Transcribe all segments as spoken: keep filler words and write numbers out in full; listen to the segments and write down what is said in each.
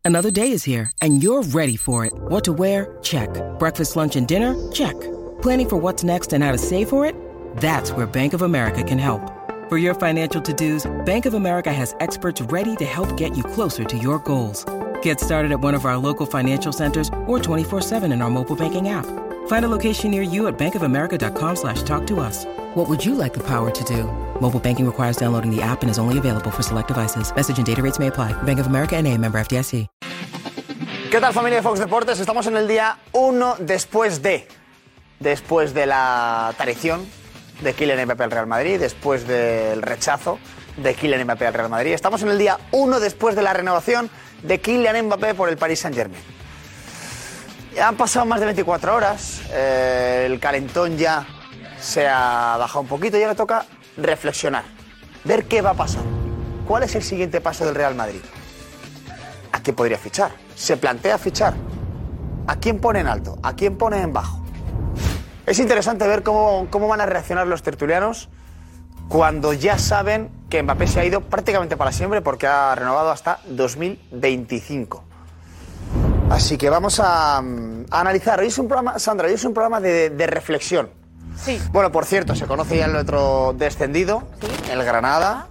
Another day is here, and you're ready for it. What to wear? Check. Breakfast, lunch, and dinner? Check. Planning for what's next and how to save for it? That's where Bank of America can help. For your financial to-dos, Bank of America has experts ready to help get you closer to your goals. Get started at one of our local financial centers or twenty-four seven in our mobile banking app. Find a location near you at bankofamerica.com slash talk to us. What would you like the power to do? Mobile banking requires downloading the app and is only available for select devices. Message and data rates may apply. Bank of America N A, member F D I C. ¿Qué tal, familia de Fox Deportes? Estamos en el día uno después de... Después de la traición de Kylian Mbappé al Real Madrid, después del rechazo de Kylian Mbappé al Real Madrid. Estamos en el día uno después de la renovación de Kylian Mbappé por el Paris Saint-Germain. Ya han pasado más de veinticuatro horas, eh, el calentón ya se ha bajado un poquito y ahora toca reflexionar, ver qué va a pasar. ¿Cuál es el siguiente paso del Real Madrid? ¿A quién podría fichar? ¿Se plantea fichar? ¿A quién pone en alto? ¿A quién pone en bajo? Es interesante ver cómo, cómo van a reaccionar los tertulianos cuando ya saben que Mbappé se ha ido prácticamente para siempre porque ha renovado hasta dos mil veinticinco. Así que vamos a, a analizar. Hoy es un programa, Sandra, hoy es un programa de, de reflexión. Sí. Bueno, por cierto, se conoce ya el otro descendido, ¿sí? El Granada.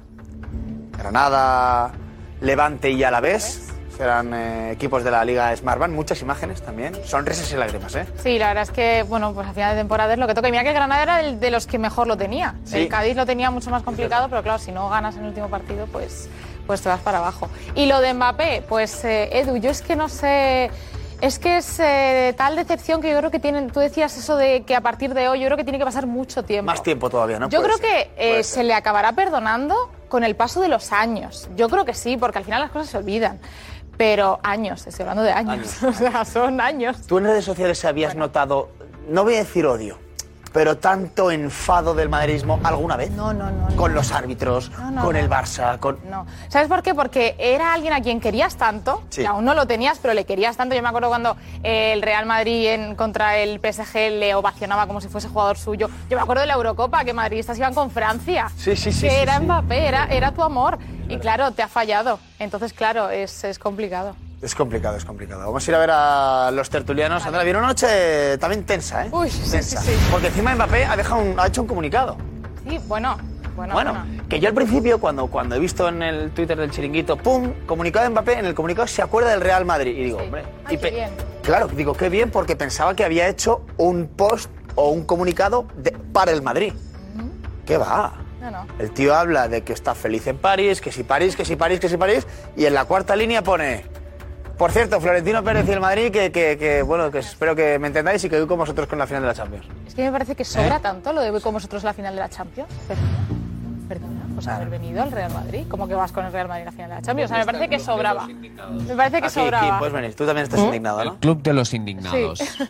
Granada, Levante y Alavés. Serán eh, equipos de la Liga Smartbank. Muchas imágenes también. Sonrisas y lágrimas, ¿eh? Sí, la verdad es que, bueno, pues a final de temporada es lo que toca. Y mira que el Granada era el de los que mejor lo tenía. Sí. El Cádiz lo tenía mucho más complicado, pero claro, si no ganas en el último partido, pues, pues te vas para abajo. Y lo de Mbappé, pues eh, Edu, yo es que no sé... Es que es eh, tal decepción que yo creo que tienen... Tú decías eso de que a partir de hoy yo creo que tiene que pasar mucho tiempo. Más tiempo todavía, ¿no? Yo Puede creo ser. que eh, se le acabará perdonando con el paso de los años. Yo creo que sí, porque al final las cosas se olvidan. Pero años, estoy hablando de años. años. O sea, son años. ¿Tú en redes sociales habías bueno. notado, no voy a decir odio, pero tanto enfado del madridismo alguna vez? No, no, no. Con no. los árbitros, no, no, con no. el Barça, con... No. ¿Sabes por qué? Porque era alguien a quien querías tanto, sí. que aún no lo tenías, pero le querías tanto. Yo me acuerdo cuando eh, el Real Madrid en, contra el P S G le ovacionaba como si fuese jugador suyo. Yo me acuerdo de la Eurocopa, que madridistas iban con Francia. Sí, sí, sí. Que sí, era sí. Mbappé, era, era tu amor. Y claro, te ha fallado. Entonces, claro, es, es complicado. Es complicado, es complicado. Vamos a ir a ver a los tertulianos. Vale. Andrea, viene una noche también tensa, ¿eh? Uy, tensa. sí, sí, sí. Porque encima Mbappé ha, dejado un, ha hecho un comunicado. Sí, bueno, bueno, bueno. bueno. Que yo al principio, cuando, cuando he visto en el Twitter del Chiringuito, ¡pum!, comunicado de Mbappé, en el comunicado se acuerda del Real Madrid. Y digo, sí. hombre... Ay, y qué bien. Claro, digo, qué bien, porque pensaba que había hecho un post o un comunicado de, para el Madrid. Uh-huh. ¿Qué va? No, no. El tío habla de que está feliz en París, que si París, que si París, que si París, y en la cuarta línea pone... Por cierto, Florentino Pérez y el Madrid, que, que, que bueno, que espero que me entendáis y que voy con vosotros con la final de la Champions. Es que me parece que sobra ¿Eh? tanto lo de voy con vosotros en la final de la Champions. Perdona, perdona, pues haber venido al Real Madrid. ¿Cómo que vas con el Real Madrid en la final de la Champions? O sea, me parece que sobraba. Me parece que Aquí, sobraba. aquí, puedes venir. Tú también estás ¿Mm? indignado, ¿no? El club de los indignados. Sí.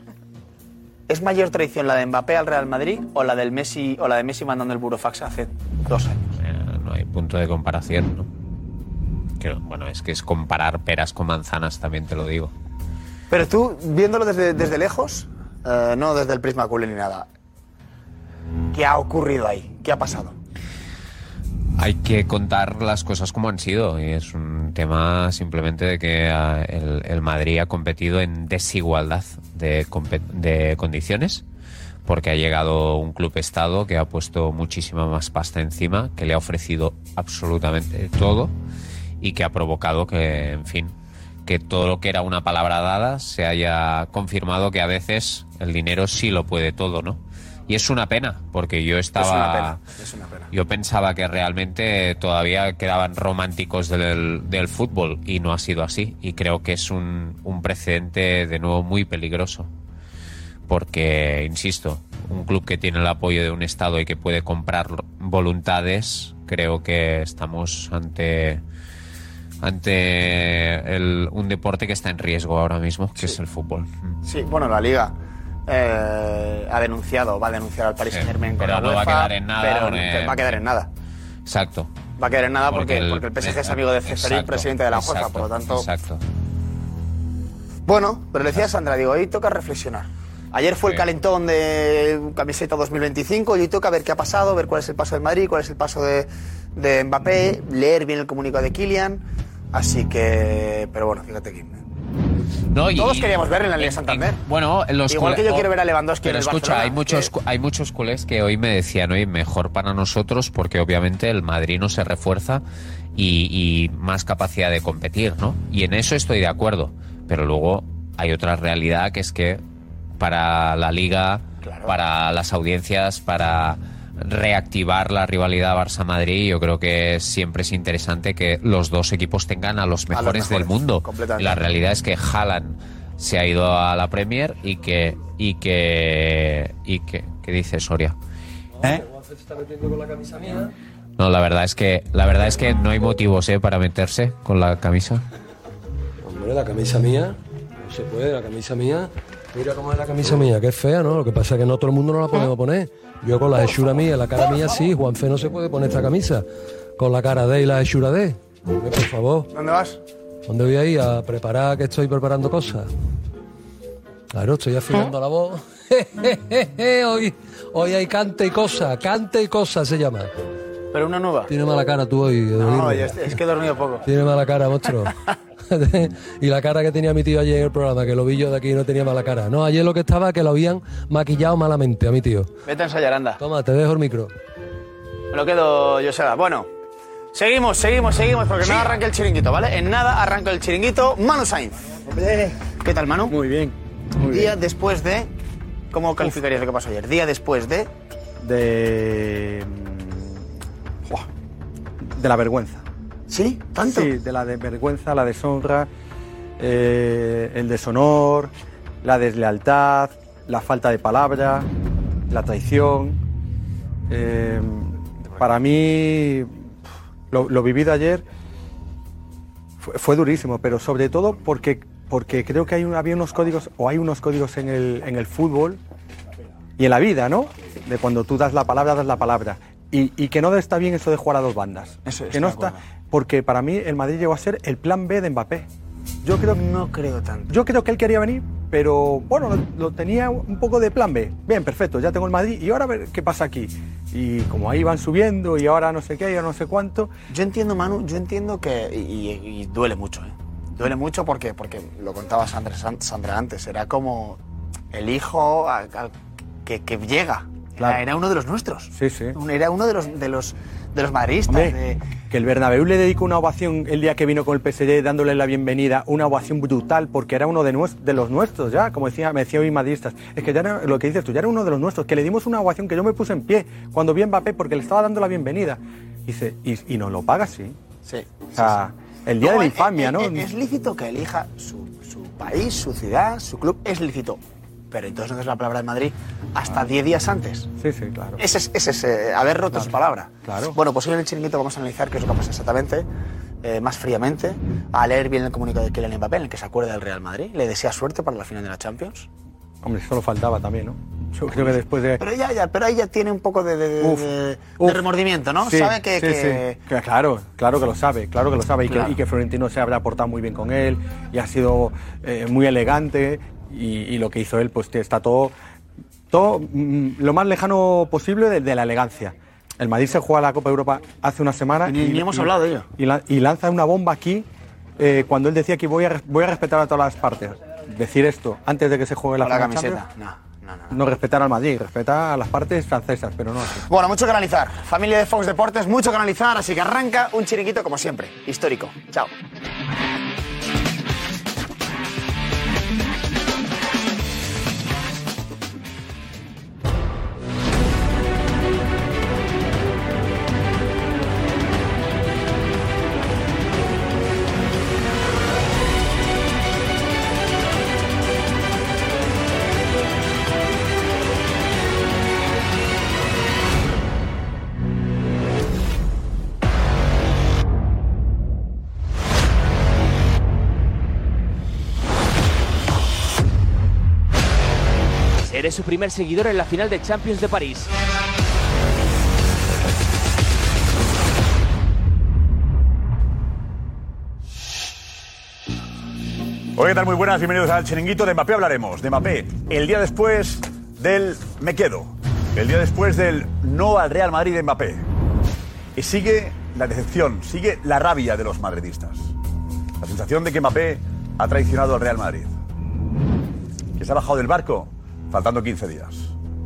¿Es mayor traición la de Mbappé al Real Madrid o la del Messi o la de Messi mandando el burofax hace dos años? Eh, no hay punto de comparación, ¿no? Que, bueno, es que es comparar peras con manzanas, también te lo digo. Pero tú, viéndolo desde, desde lejos, eh, no desde el prisma culé ni nada, ¿qué ha ocurrido ahí? ¿Qué ha pasado? Hay que contar las cosas como han sido y es un tema simplemente de que uh, el, el Madrid ha competido en desigualdad de, de condiciones, porque ha llegado un club estado que ha puesto muchísima más pasta encima, que le ha ofrecido absolutamente todo y que ha provocado que, en fin, que todo lo que era una palabra dada se haya confirmado que a veces el dinero sí lo puede todo, ¿no? Y es una pena, porque yo estaba... Es una pena, es una pena. Yo pensaba que realmente todavía quedaban románticos del, del fútbol y no ha sido así. Y creo que es un, un precedente, de nuevo, muy peligroso. Porque, insisto, un club que tiene el apoyo de un Estado y que puede comprar voluntades, creo que estamos ante... ante el, un deporte que está en riesgo ahora mismo, que sí. es el fútbol. Sí, bueno, la Liga eh, ha denunciado, va a denunciar al Paris sí, Saint-Germain con pero la no UEFA, va a quedar en nada. Pero eh, va a quedar en nada. Exacto. Va a quedar en nada porque, porque, el, porque el P S G es amigo de Ceferín, presidente de la UEFA, por lo tanto... Exacto. Bueno, pero le decía Sandra, digo, hoy toca reflexionar. Ayer fue sí. el calentón de camiseta dos mil veinticinco y hoy toca ver qué ha pasado, ver cuál es el paso del Madrid, cuál es el paso de, de Mbappé, leer bien el comunicado de Kylian. Así que... Pero bueno, fíjate aquí. No, y, Todos queríamos ver en la Liga en, Santander. En, bueno, los Igual culés, que yo quiero ver a Lewandowski pero en el escucha, Barcelona, hay muchos, que... hay muchos culés que hoy me decían, oye, mejor para nosotros porque obviamente el Madrid no se refuerza y, y más capacidad de competir, ¿no? Y en eso estoy de acuerdo. Pero luego hay otra realidad que es que para la Liga, claro, para las audiencias, para reactivar la rivalidad Barça-Madrid, yo creo que siempre es interesante que los dos equipos tengan a los mejores, a los mejores del mundo. Y la realidad es que Haaland se ha ido a la Premier y que y que y que ¿qué dice Soria? ¿Eh? Se está metiendo con la camisa mía. No, la verdad es que la verdad es que no hay motivos, ¿eh? para meterse con la camisa. Hombre, la camisa mía, no se puede, la camisa mía. Mira cómo es la camisa mía, que es fea, ¿no? Lo que pasa es que no todo el mundo no la podemos poner. Yo con la hechura mía, la cara mía sí, Juanfe no se puede poner esta camisa. Con la cara de y la hechura de. Hombre, por favor. ¿Dónde vas? ¿Dónde voy a ir? A preparar, que estoy preparando cosas. Claro, estoy afinando la voz. hoy, hoy hay cante y cosa, cante y cosa se llama. Pero una nueva. Tiene mala cara tú hoy. No, yo es que he dormido poco. Tiene mala cara, monstruo. Y la cara que tenía mi tío ayer en el programa, que lo vi yo de aquí y no tenía mala cara. No, ayer lo que estaba que lo habían maquillado malamente a mi tío. Vete a ensayar, anda. Toma, te dejo el micro. Me lo quedo, Joseba. Bueno, seguimos, seguimos, seguimos, porque sí. nada arranca el chiringuito, ¿vale? En nada arranca el chiringuito. Manu Sainz. ¿Qué tal, Manu? Muy bien. Muy Día bien. después de... ¿Cómo calificarías Uf. lo que pasó ayer? Día después de... De... De la vergüenza. ¿Sí? ¿Tanto? Sí, de la de vergüenza, la deshonra, eh, el deshonor, la deslealtad, la falta de palabra, la traición. Eh, para mí, lo, lo vivido ayer fue, fue durísimo, pero sobre todo porque, porque creo que hay un, había unos códigos, o hay unos códigos en el, en el fútbol y en la vida, ¿no? De cuando tú das la palabra, das la palabra. Y, y que no está bien eso de jugar a dos bandas. Eso es. Que no está, porque para mí el Madrid llegó a ser el plan B de Mbappé. Yo creo no creo tanto. Yo creo que él quería venir, pero bueno, lo, lo tenía un poco de plan B. Bien, perfecto, ya tengo el Madrid y ahora a ver qué pasa aquí. Y como ahí van subiendo y ahora no sé qué, y ahora no sé cuánto. Yo entiendo, Manu, yo entiendo que y, y duele mucho, ¿eh? Duele mucho porque porque lo contaba Sandra, Sandra antes. Era como el hijo a, a, que, que llega. Claro. Era uno de los nuestros. Sí, sí. Era uno de los de los de los madridistas. Hombre, de... Que el Bernabéu le dedicó una ovación el día que vino con el P S G dándole la bienvenida, una ovación brutal porque era uno de, nues- de los nuestros ya, como decía, me decía hoy madridistas. Es que ya era lo que dices tú, ya era uno de los nuestros, que le dimos una ovación que yo me puse en pie cuando vi a Mbappé porque le estaba dando la bienvenida. Y, se, y, y nos lo paga, sí. Sí. O sea, sí, sí. el día no, de la infamia, es, ¿no? Es, es lícito que elija su, su país, su ciudad, su club, es lícito. Pero entonces no es la palabra de Madrid hasta diez días antes. Sí, sí, claro. Ese es, ese es eh, haber roto claro, su palabra. Claro. Bueno, pues hoy en el chiringuito vamos a analizar qué es lo que pasa exactamente, eh, más fríamente, a leer bien el comunicado de Kylian Mbappé, en el que se acuerda del Real Madrid. Le desea suerte para la final de la Champions. Hombre, eso lo faltaba también, ¿no? Yo creo que después de... Pero ella, ya, pero ella tiene un poco de, de, uf, de, uf. de remordimiento, ¿no? Sí, sabe que... Sí, que... sí. Claro, claro que lo sabe, claro que lo sabe. Y, claro. que, y que Florentino se habrá portado muy bien con él y ha sido eh, muy elegante y, y lo que hizo él, pues está todo, todo mm, lo más lejano posible de, de la elegancia. El Madrid se juega la Copa Europa hace una semana y, y, ni hemos y, hablado de ello. Y, la, y lanza una bomba aquí eh, cuando él decía que voy a, voy a respetar a todas las partes. Decir esto antes de que se juegue la, la final camiseta. Champions, No. No, no, no. no respetar al Madrid, respetar a las partes francesas, pero no así. Bueno, mucho que analizar. Familia de Fox Deportes, mucho que analizar, así que arranca un chiringuito como siempre, histórico. Chao. Eres su primer seguidor en la final de Champions de París. Hola, ¿qué tal? Muy buenas, bienvenidos al Chiringuito. De Mbappé hablaremos. De Mbappé, el día después del me quedo. El día después del no al Real Madrid de Mbappé. Y sigue la decepción, sigue la rabia de los madridistas. La sensación de que Mbappé ha traicionado al Real Madrid. Que se ha bajado del barco faltando quince días.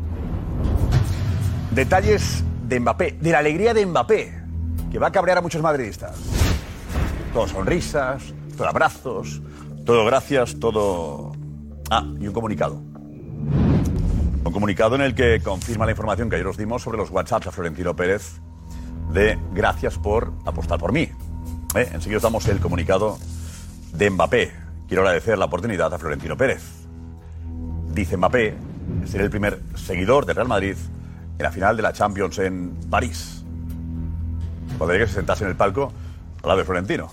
Detalles de Mbappé, de la alegría de Mbappé, que va a cabrear a muchos madridistas. Todo sonrisas, todo abrazos, todo gracias, todo... Ah, y un comunicado. Un comunicado en el que confirma la información que ayer os dimos sobre los WhatsApps a Florentino Pérez de gracias por apostar por mí. ¿Eh? Enseguida os damos el comunicado de Mbappé. Quiero agradecer la oportunidad a Florentino Pérez. Dice Mbappé ser el primer seguidor del Real Madrid en la final de la Champions en París. Podría que se sentase en el palco al lado de Florentino.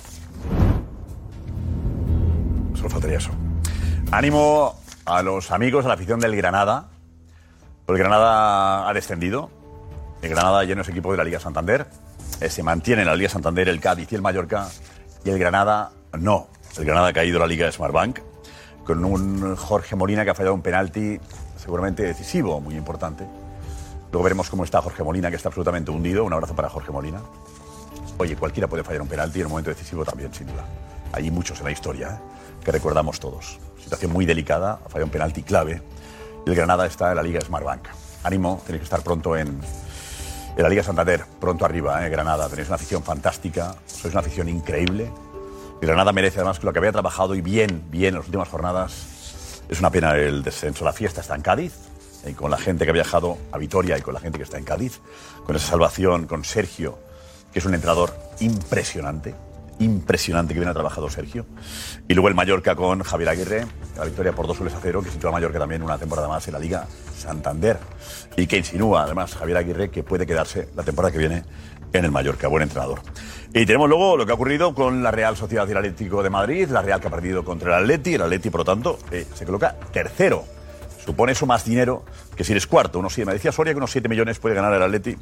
Solo faltaría eso. Ánimo a los amigos, a la afición del Granada. El Granada ha descendido. El Granada ya no es equipo de la Liga Santander. Eh, se mantiene en la Liga Santander el Cádiz y el Mallorca. Y el Granada no. El Granada ha caído a la Liga de Smartbank con un Jorge Molina que ha fallado un penalti seguramente decisivo, muy importante. Luego veremos cómo está Jorge Molina, que está absolutamente hundido. Un abrazo para Jorge Molina. Oye, cualquiera puede fallar un penalti en un momento decisivo también, sin duda. Hay muchos en la historia, ¿eh? que recordamos todos. Situación muy delicada, ha fallado un penalti clave. El Granada está en la Liga Smartbank. Ánimo, tenéis que estar pronto en, en la Liga Santander, pronto arriba, ¿eh? Granada. Tenéis una afición fantástica, sois una afición increíble. El Granada merece además que lo que había trabajado y bien, bien en las últimas jornadas. Es una pena el descenso. La fiesta está en Cádiz, y con la gente que ha viajado a Vitoria y con la gente que está en Cádiz, con esa salvación, con Sergio, que es un entrenador impresionante. Impresionante que bien ha trabajado Sergio. Y luego el Mallorca con Javier Aguirre, la victoria por dos goles a cero, que sitúa a Mallorca también una temporada más en la Liga Santander. Y que insinúa, además, Javier Aguirre, que puede quedarse la temporada que viene en el Mallorca. Buen entrenador. Y tenemos luego lo que ha ocurrido con la Real Sociedad y el Atlético de Madrid. La Real que ha perdido contra el Atleti. El Atleti, por lo tanto, eh, se coloca tercero. Supone eso más dinero que si eres cuarto. Unos, me decía Soria que unos siete millones puede ganar el Atleti.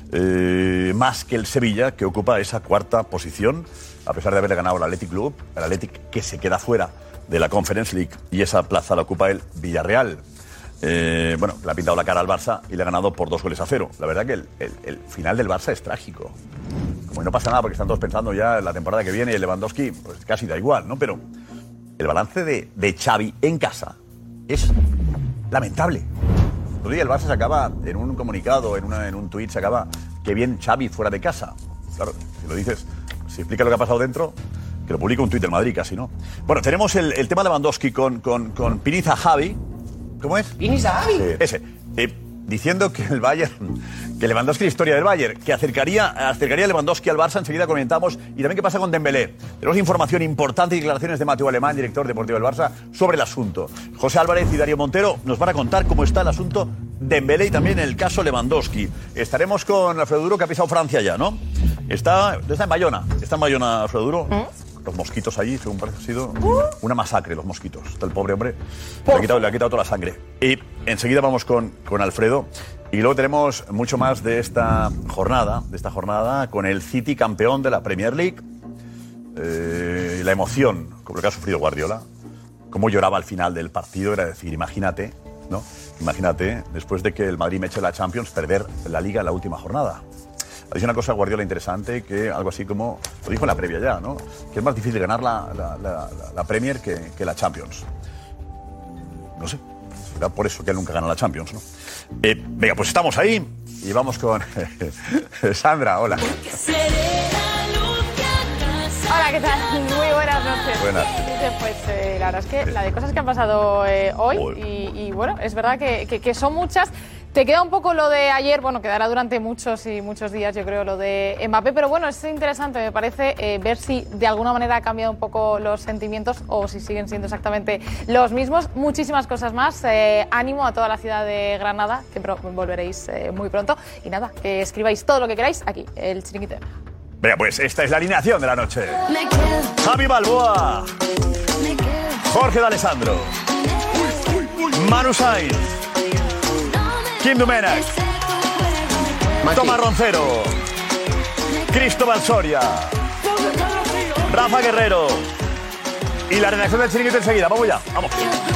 Eh, más que el Sevilla, que ocupa esa cuarta posición, a pesar de haberle ganado al Athletic Club, el Athletic que se queda fuera de la Conference League, y esa plaza la ocupa el Villarreal. Eh, bueno, le ha pintado la cara al Barça y le ha ganado por dos goles a cero. La verdad que el, el, el final del Barça es trágico. Como no pasa nada porque están todos pensando ya en la temporada que viene y el Lewandowski, pues casi da igual, ¿no? Pero el balance de, de Xavi en casa es lamentable. El día el Barça se acaba en un comunicado, en, una, en un tuit, se acaba que bien Xavi fuera de casa. Claro, si lo dices, si explica lo que ha pasado dentro, que lo publica un tuit del Madrid casi, ¿no? Bueno, tenemos el, el tema Lewandowski con, con, con Piniza Javi. ¿Cómo es? Piniza Javi. Eh, ese. Eh, diciendo que el Bayern, que Lewandowski la historia del Bayern, que acercaría, acercaría a Lewandowski al Barça, enseguida comentamos, y también qué pasa con Dembélé. Tenemos información importante y declaraciones de Mateo Alemán, director deportivo del Barça, sobre el asunto. José Álvarez y Darío Montero nos van a contar cómo está el asunto Dembélé y también el caso Lewandowski. Estaremos con Alfredo Duro, que ha pisado Francia ya, ¿no? Está, está en Bayona, está en Bayona Alfredo Duro. ¿Eh? Los mosquitos allí, según parece, ha sido una masacre, los mosquitos. Está el pobre hombre, le ha, quitado, le ha quitado toda la sangre. Y enseguida vamos con, con Alfredo. Y luego tenemos mucho más de esta jornada, de esta jornada con el City campeón de la Premier League. Eh, la emoción, como lo que ha sufrido Guardiola. Cómo lloraba al final del partido, era decir, imagínate, ¿no? Imagínate, después de que el Madrid me eche la Champions, perder la Liga en la última jornada. Ha dicho una cosa Guardiola interesante, que algo así como, lo dijo en la previa ya, ¿no? Que es más difícil ganar la, la, la, la Premier que, que la Champions. No sé, será por eso que él nunca gana la Champions, ¿no? Eh, venga, pues estamos ahí y vamos con Sandra, hola. Hola, ¿qué tal? Muy buenas noches. Buenas. Pues eh, la verdad es que la de cosas que han pasado eh, hoy, y, y bueno, es verdad que, que, que son muchas. Te queda un poco lo de ayer, bueno, quedará durante muchos y muchos días, yo creo, lo de Mbappé, pero bueno, es interesante, me parece, eh, ver si de alguna manera ha cambiado un poco los sentimientos o si siguen siendo exactamente los mismos. Muchísimas cosas más. Eh, ánimo a toda la ciudad de Granada, que pro- volveréis eh, muy pronto. Y nada, que escribáis todo lo que queráis aquí, el Chiringuito. Venga, pues esta es la alineación de la noche. Javi Balboa, Jorge D'Alessandro, Manu Sainz, Kim Domènech, Tomás Roncero, Cristóbal Soria, Rafa Guerrero, Y la redacción del Chiringuito enseguida. Vamos ya. Vamos.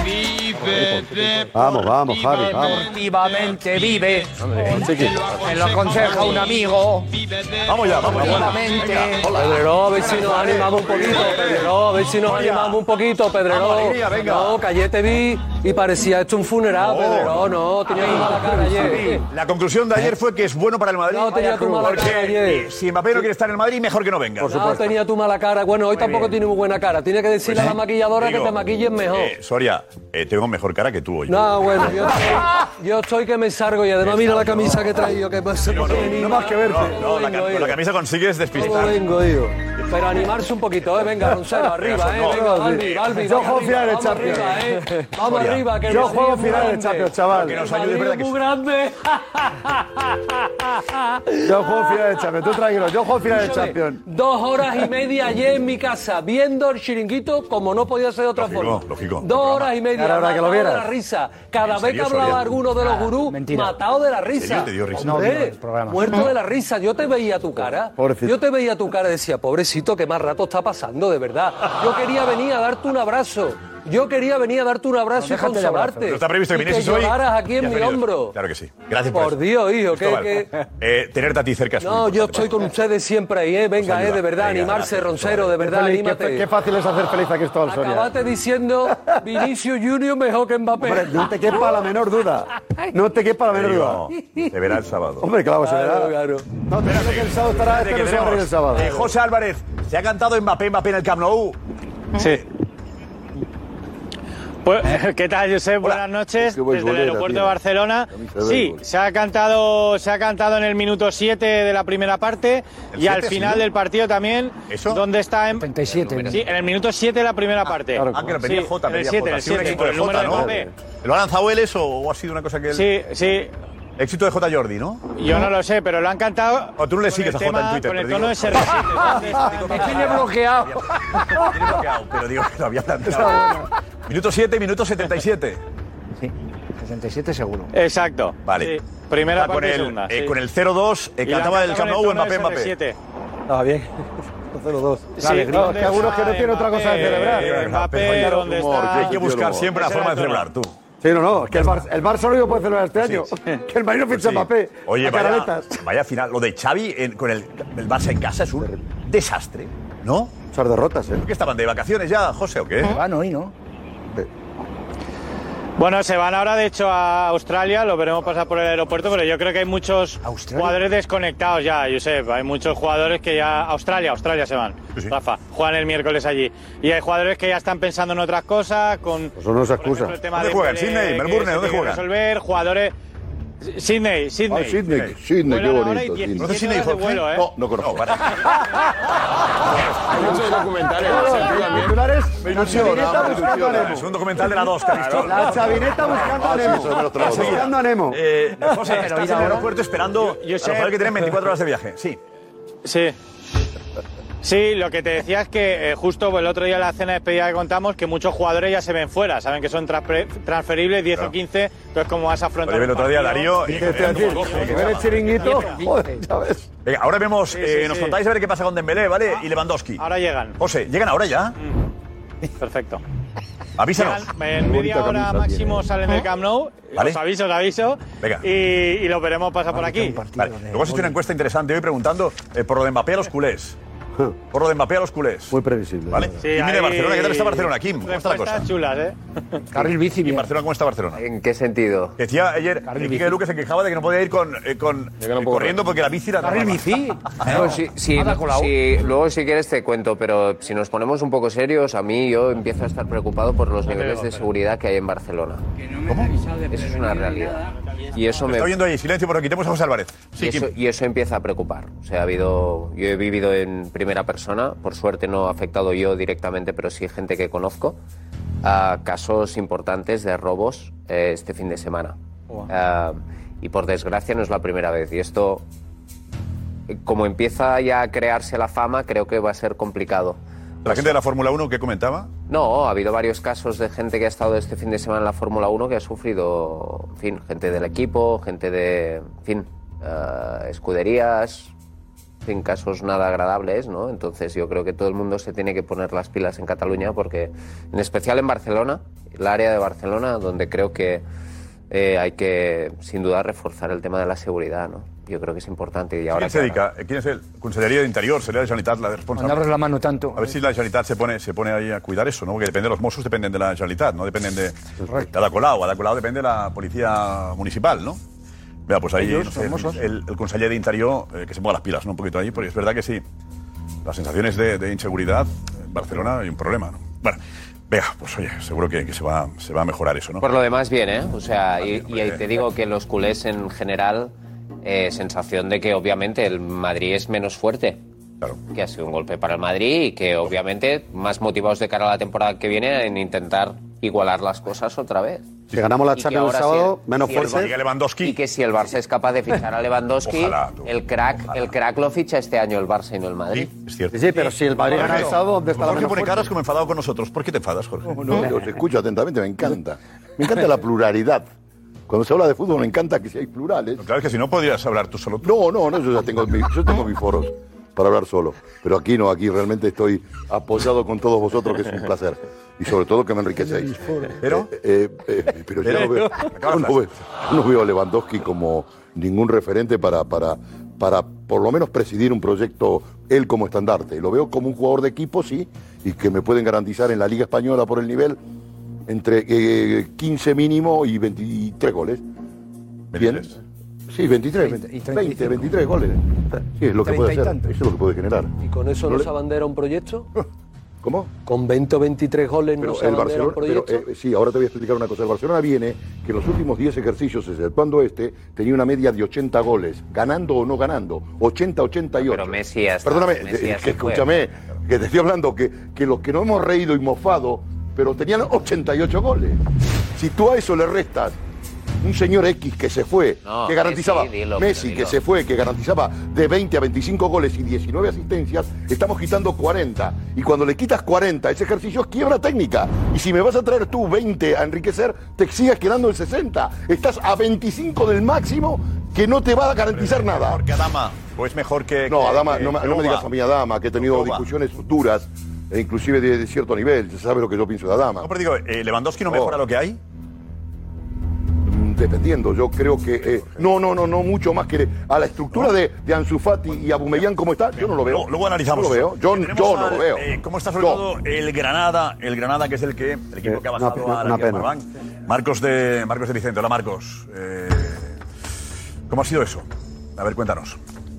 Vamos, vamos, Javi, vamos. Vivamente vive. Me lo aconseja un amigo. Vamos ya, vamos ya. Vivamente. Pedreró, a ver si nos animamos un poquito, Pedreró, a ver si nos animamos un poquito, Pedreró. No, que ayer te vi y parecía esto un funeral, Pedreró, no, tenía tu mala cara ayer. La conclusión de ayer fue que es bueno para el Madrid. No, tenía tu mala cara ayer. Si Mbappé no quiere estar en el Madrid, mejor que no venga. No, tenía tu mala cara. Bueno, hoy tampoco tiene muy buena cara. Tiene que decirle a la maquilladora que te maquillen mejor. Eh, Soria, eh, tengo mejor cara que tú hoy. No, bueno, yo estoy, yo estoy que me salgo y además mira la camisa que he traído, que pues, No, no, no más que verte. No, la, vengo, con la camisa consigues despistar. No vengo, digo. Pero animarse un poquito, ¿eh? Venga, Roncero, arriba, ¿eh? Venga, Balbi, Balbi. Yo juego final de Champions. ¿eh? Vamos arriba, que Yo juego final de Champions, chaval. Que nos ayude, verdad que muy grande. Yo juego final de Champions, tú tranquilo, yo juego final de Champions. Dos horas y media ayer en mi casa, viendo el Chiringuito como no podía ser de otra Lógico, forma. lógico. Dos horas y media, Ahora habrá que lo matado de vieras. la risa. Cada ¿En vez que serio, hablaba Soria? alguno de los gurús, matado de la risa. serio te dio risa? No, Hombre, no, el programa. muerto de la risa. Yo te veía tu cara. Pobrecito. Yo te veía tu cara y decía, pobrecito, qué más rato está pasando, de verdad. Yo quería venir a darte un abrazo. Yo quería venir a darte un abrazo No, y déjate de abrazo. consolarte. No está previsto que Y vinieses que hoy. lloraras aquí Ya en has mi venido. hombro. Claro que sí. Gracias por Por eso. Dios, hijo, que... Cristóbal, que... eh, tenerte a ti cerca es muy No, yo importante. estoy con ustedes siempre ahí, ¿eh? Venga, ayuda. eh, de verdad, Venga, animarse, gracias, Roncero, de verdad, Feliz, anímate. Qué, qué fácil es hacer feliz a Cristóbal Soria. Acabate diciendo Vinicius Junior mejor que Mbappé. Hombre, no te quepa la menor duda. No te quepa la menor duda. Te verá el sábado. Hombre, claro, se verá. Claro, claro. No, te digo que el sábado estará Espérate, este que no se va a reír tenemos, el sábado. eh, José Álvarez, se ha cantado Mbappé, Mbappé en el Camp Nou. Sí. Pues, ¿qué tal, Josep? Buenas noches. Qué buen Desde el golera aeropuerto tiene. de Barcelona. Camisa de Sí, béisbol. se ha cantado, se ha cantado en el minuto siete de la primera parte ¿El y al siete, final sí? del partido también. ¿Eso? Donde está en treinta y siete. Sí, en el minuto siete de la primera parte. claro. Ah, que lo pedía Sí, Jota, en el pedía siete, Jota. el Ha sido un siete, éxito de el número Jota, de ¿no? Mbappé. ¿Lo ha lanzado él eso o ha sido una cosa que él...? Sí, sí. Éxito de J. Jordi, ¿no? Yo no lo sé, pero lo han cantado. O tú no le con sigues el a Jota en tema- Twitter, Con el pero tono de digo- se resiste. Me tiene bloqueado. Tiene bloqueado, pero digo que lo había planteado. Minuto siete, minuto setenta y siete. Sí, sesenta y siete seguro. Exacto. Vale. Sí. Primera Ah, con parte y el, segunda. eh, sí. con el cero dos, eh, Y lo han cantaba el cantado Camp con Nou tono de Mbappé, C R Mbappé. siete. Estaba bien. cero dos. Sí, Vale, claro, es ¿dónde que algunos que no está tienen otra cosa de Mbappé? celebrar. Eh, Mbappé, Joder, ¿dónde humor, está? Hay que buscar siempre la Ese forma de era el celebrar, tú. Sí, no, no, es que el Bar, el Barça lo único que puede celebrar este año. Que el Madrid no ficha Sí. Mbappé. Oye, a vaya, caraletas. vaya final. Lo de Xavi en- con el, el Barça en casa es un desastre, ¿no? Muchas derrotas, ¿eh? ¿Qué estaban de vacaciones ya, José, o qué? Van hoy, ¿no? Bueno, se van ahora de hecho a Australia, lo veremos pasar por el aeropuerto, pero yo creo que hay muchos ¿Australia? jugadores desconectados ya, Josep. Hay muchos jugadores que ya. Australia, Australia se van. Sí, sí. Rafa, juegan el miércoles allí. Y hay jugadores que ya están pensando en otras cosas, con. Eso no se por ejemplo, excusa. el tema ¿Dónde de juegan? Pelé, ¿Sydney? que ¿Melbourne? se ¿Dónde tiene que juegan? resolver, jugadores. Sydney, Sydney. Ah, Sydney, Sydney, qué Vuelan ahora bonito. y Sydney. ¿Conoces diecisiete Sydney, horas de Jorge? vuelo, ¿eh? No, no conozco. No, para. Hay muchos documentales. Titulares, la chavineta buscando a Es Nemo. un documental de la dos que ha visto. La chavineta buscando a Nemo. Buscando a Nemo. Eh, José, Pero estás en ir el ahora. aeropuerto esperando Yo- yo a sé- los jugadores que tienen veinticuatro horas de viaje. Sí. Sí. Sí, lo que te decía es que eh, justo el otro día en la cena de despedida que contamos que muchos jugadores ya se ven fuera, saben que son transfer- transferibles diez Claro. o quince, entonces cómo vas a afrontar Oye, el un otro día partido? Darío. y- ¿Qué te decir? Que ver el chiringuito. Joder, ¿sabes? Venga, ahora vemos, Sí, eh, sí, nos sí. contáis a ver qué pasa con Dembélé, ¿vale? Y Lewandowski. Ahora llegan. José, ¿llegan ahora ya? Perfecto. Avísanos. Llegan, en media bonita hora camisa máximo tiene. salen del Camp Nou. Vale. Os aviso, os aviso. Venga. Y, y los veremos pasar por aquí. Vale. Luego has hecho una encuesta interesante hoy preguntando eh, por lo de Mbappé a los culés. Por lo de Mbappé a los culés. Muy previsible. ¿Vale? Sí, Kim de hay Barcelona, ¿qué tal está Barcelona, Kim? ¿Cómo está la cosa? respuestas chulas, ¿eh? Carril bici, ¿Y en bien. Barcelona cómo está Barcelona? ¿En qué sentido? Que decía ayer que Quique Luque se quejaba de que no podía ir con, eh, con eh, corriendo porque la bici era Carril bici. No, sí, sí, Anda colado. sí, luego si quieres te cuento, pero si nos ponemos un poco serios, a mí yo empiezo a estar preocupado por los niveles de seguridad que hay en Barcelona. ¿Cómo? Eso es una realidad. Y eso Me me... está oyendo ahí, silencio, porque quitemos a José Álvarez. Sí, Y eso, Kim. y eso empieza a preocupar. O sea, ha habido, yo he vivido en primera persona, por suerte no he afectado yo directamente, pero sí gente que conozco, a casos importantes de robos eh, este fin de semana. Ah, y por desgracia no es la primera vez. Y esto, eh, como empieza ya a crearse la fama, creo que va a ser complicado. La gente de la Fórmula uno, ¿qué comentaba? No, ha habido varios casos de gente que ha estado este fin de semana en la Fórmula uno que ha sufrido, en fin, gente del equipo, gente de, en fin, eh, escuderías, sin casos nada agradables, ¿no? Entonces yo creo que todo el mundo se tiene que poner las pilas en Cataluña, porque en especial en Barcelona, el área de Barcelona, donde creo que eh, hay que, sin duda, reforzar el tema de la seguridad, ¿no? Yo creo que es importante. Y ahora ¿Quién se dedica? ¿Quién es el Consellería de Interior? ¿Sería la Generalitat la responsable? Mandarles la mano tanto. A ver si la Generalitat se pone, se pone ahí a cuidar eso, ¿no? Porque depende de los Mossos, dependen de la Generalitat, no dependen de, de Ada Colau. Ada Colau depende de la Policía Municipal, ¿no? Vea, pues ahí, Ellos, no sé, Mossos. el, el conseller de Interior, eh, que se ponga las pilas, ¿no? Un poquito ahí, porque es verdad que sí. Las sensaciones de, de inseguridad en Barcelona hay un problema, ¿no? Bueno, venga, pues oye, seguro que, que se, va, se va a mejorar eso, ¿no? Por lo demás, bien, ¿eh? O sea, y, y te digo que los culés en general, eh, sensación de que obviamente el Madrid es menos fuerte. Claro. Que ha sido un golpe para el Madrid y que obviamente más motivados de cara a la temporada que viene en intentar igualar las cosas otra vez. Si ganamos la Y que Champions el ahora sábado, si- menos si el fuerte. Lewandowski. Y que si el Barça es capaz de fichar a Lewandowski, Ojalá, tú. el crack, el crack lo ficha este año el Barça y no el Madrid. Sí, es cierto. Sí, sí, pero si el Madrid gana el sábado, ¿dónde está la Jorge menos pone fuerte? caras como enfadado con nosotros. ¿Por qué te enfadas, Jorge? No, os escucho atentamente, me encanta. Me encanta la pluralidad. Cuando se habla de fútbol me encanta que si hay plurales. Claro, es que si no podrías hablar tú solo. No, no, no, yo ya tengo, mi- yo tengo mis foros para hablar solo. Pero aquí no, aquí realmente estoy apoyado con todos vosotros, que es un placer. Y sobre todo que me enriquecéis. ¿Pero? Eh, eh, eh, pero yo no veo, yo no veo, yo no veo a Lewandowski como ningún referente para, para, para por lo menos presidir un proyecto él como estandarte. Lo veo como un jugador de equipo, sí, y que me pueden garantizar en la Liga Española por el nivel entre eh, quince mínimo y veintitrés goles. Bien. veintitrés. Sí, veintitrés, veinte, y treinta y veinte, cinco. veintitrés goles. Sí, es lo que treinta puede y hacer. tantos. Eso es lo que puede generar. ¿Y con eso No no le- se abandera un proyecto? ¿Cómo? ¿Con veinte o veintitrés goles Pero no se el abandera un Barcelona, pero, proyecto? eh, sí, ahora te voy a explicar una cosa. El Barcelona viene que en los últimos diez ejercicios, exceptuando este, tenía una media de ochenta goles, ganando o no ganando, ochenta, ochenta y ocho. Pero Messi ya está. Perdóname, Messi eh, ya que se fue. escúchame, que te estoy hablando que, que los que no hemos reído y mofado, pero tenían ochenta y ocho goles. Si tú a eso le restas un señor X que se fue, No, que garantizaba, Messi, dilo, Messi pero que dilo. se fue, que garantizaba de veinte a veinticinco goles y diecinueve asistencias, estamos quitando cuarenta. Y cuando le quitas cuarenta, ese ejercicio es quiebra técnica. Y si me vas a traer tú veinte a enriquecer, te sigues quedando en sesenta. Estás a veinticinco del máximo que no te va a garantizar nada. ¿Mejor que Adama? ¿O es mejor que.? No, que- Adama, que no, me- no me Drogba? digas a mí Adama, que he tenido Drogba. discusiones duras, e inclusive de, de cierto nivel. Ya sabes lo que yo pienso de Adama. No, pero digo, eh, ¿Lewandowski no No. mejora lo que hay? Mm, Dependiendo, yo creo que eh, no, no, no, no mucho más que a la estructura de, de Ansu Fati y Aubameyang como está, yo no lo veo. Luego, luego analizamos. No lo veo. Yo, Tenemos yo no al, lo veo. eh, ¿Cómo está sobre Yo. todo el Granada? El Granada, que es el que el equipo Eh, que ha una bajado pena, a la una Liga pena. Smartbank. Marcos de Marcos de Vicente. Hola, Marcos. Eh, ¿Cómo ha sido eso? A ver, cuéntanos.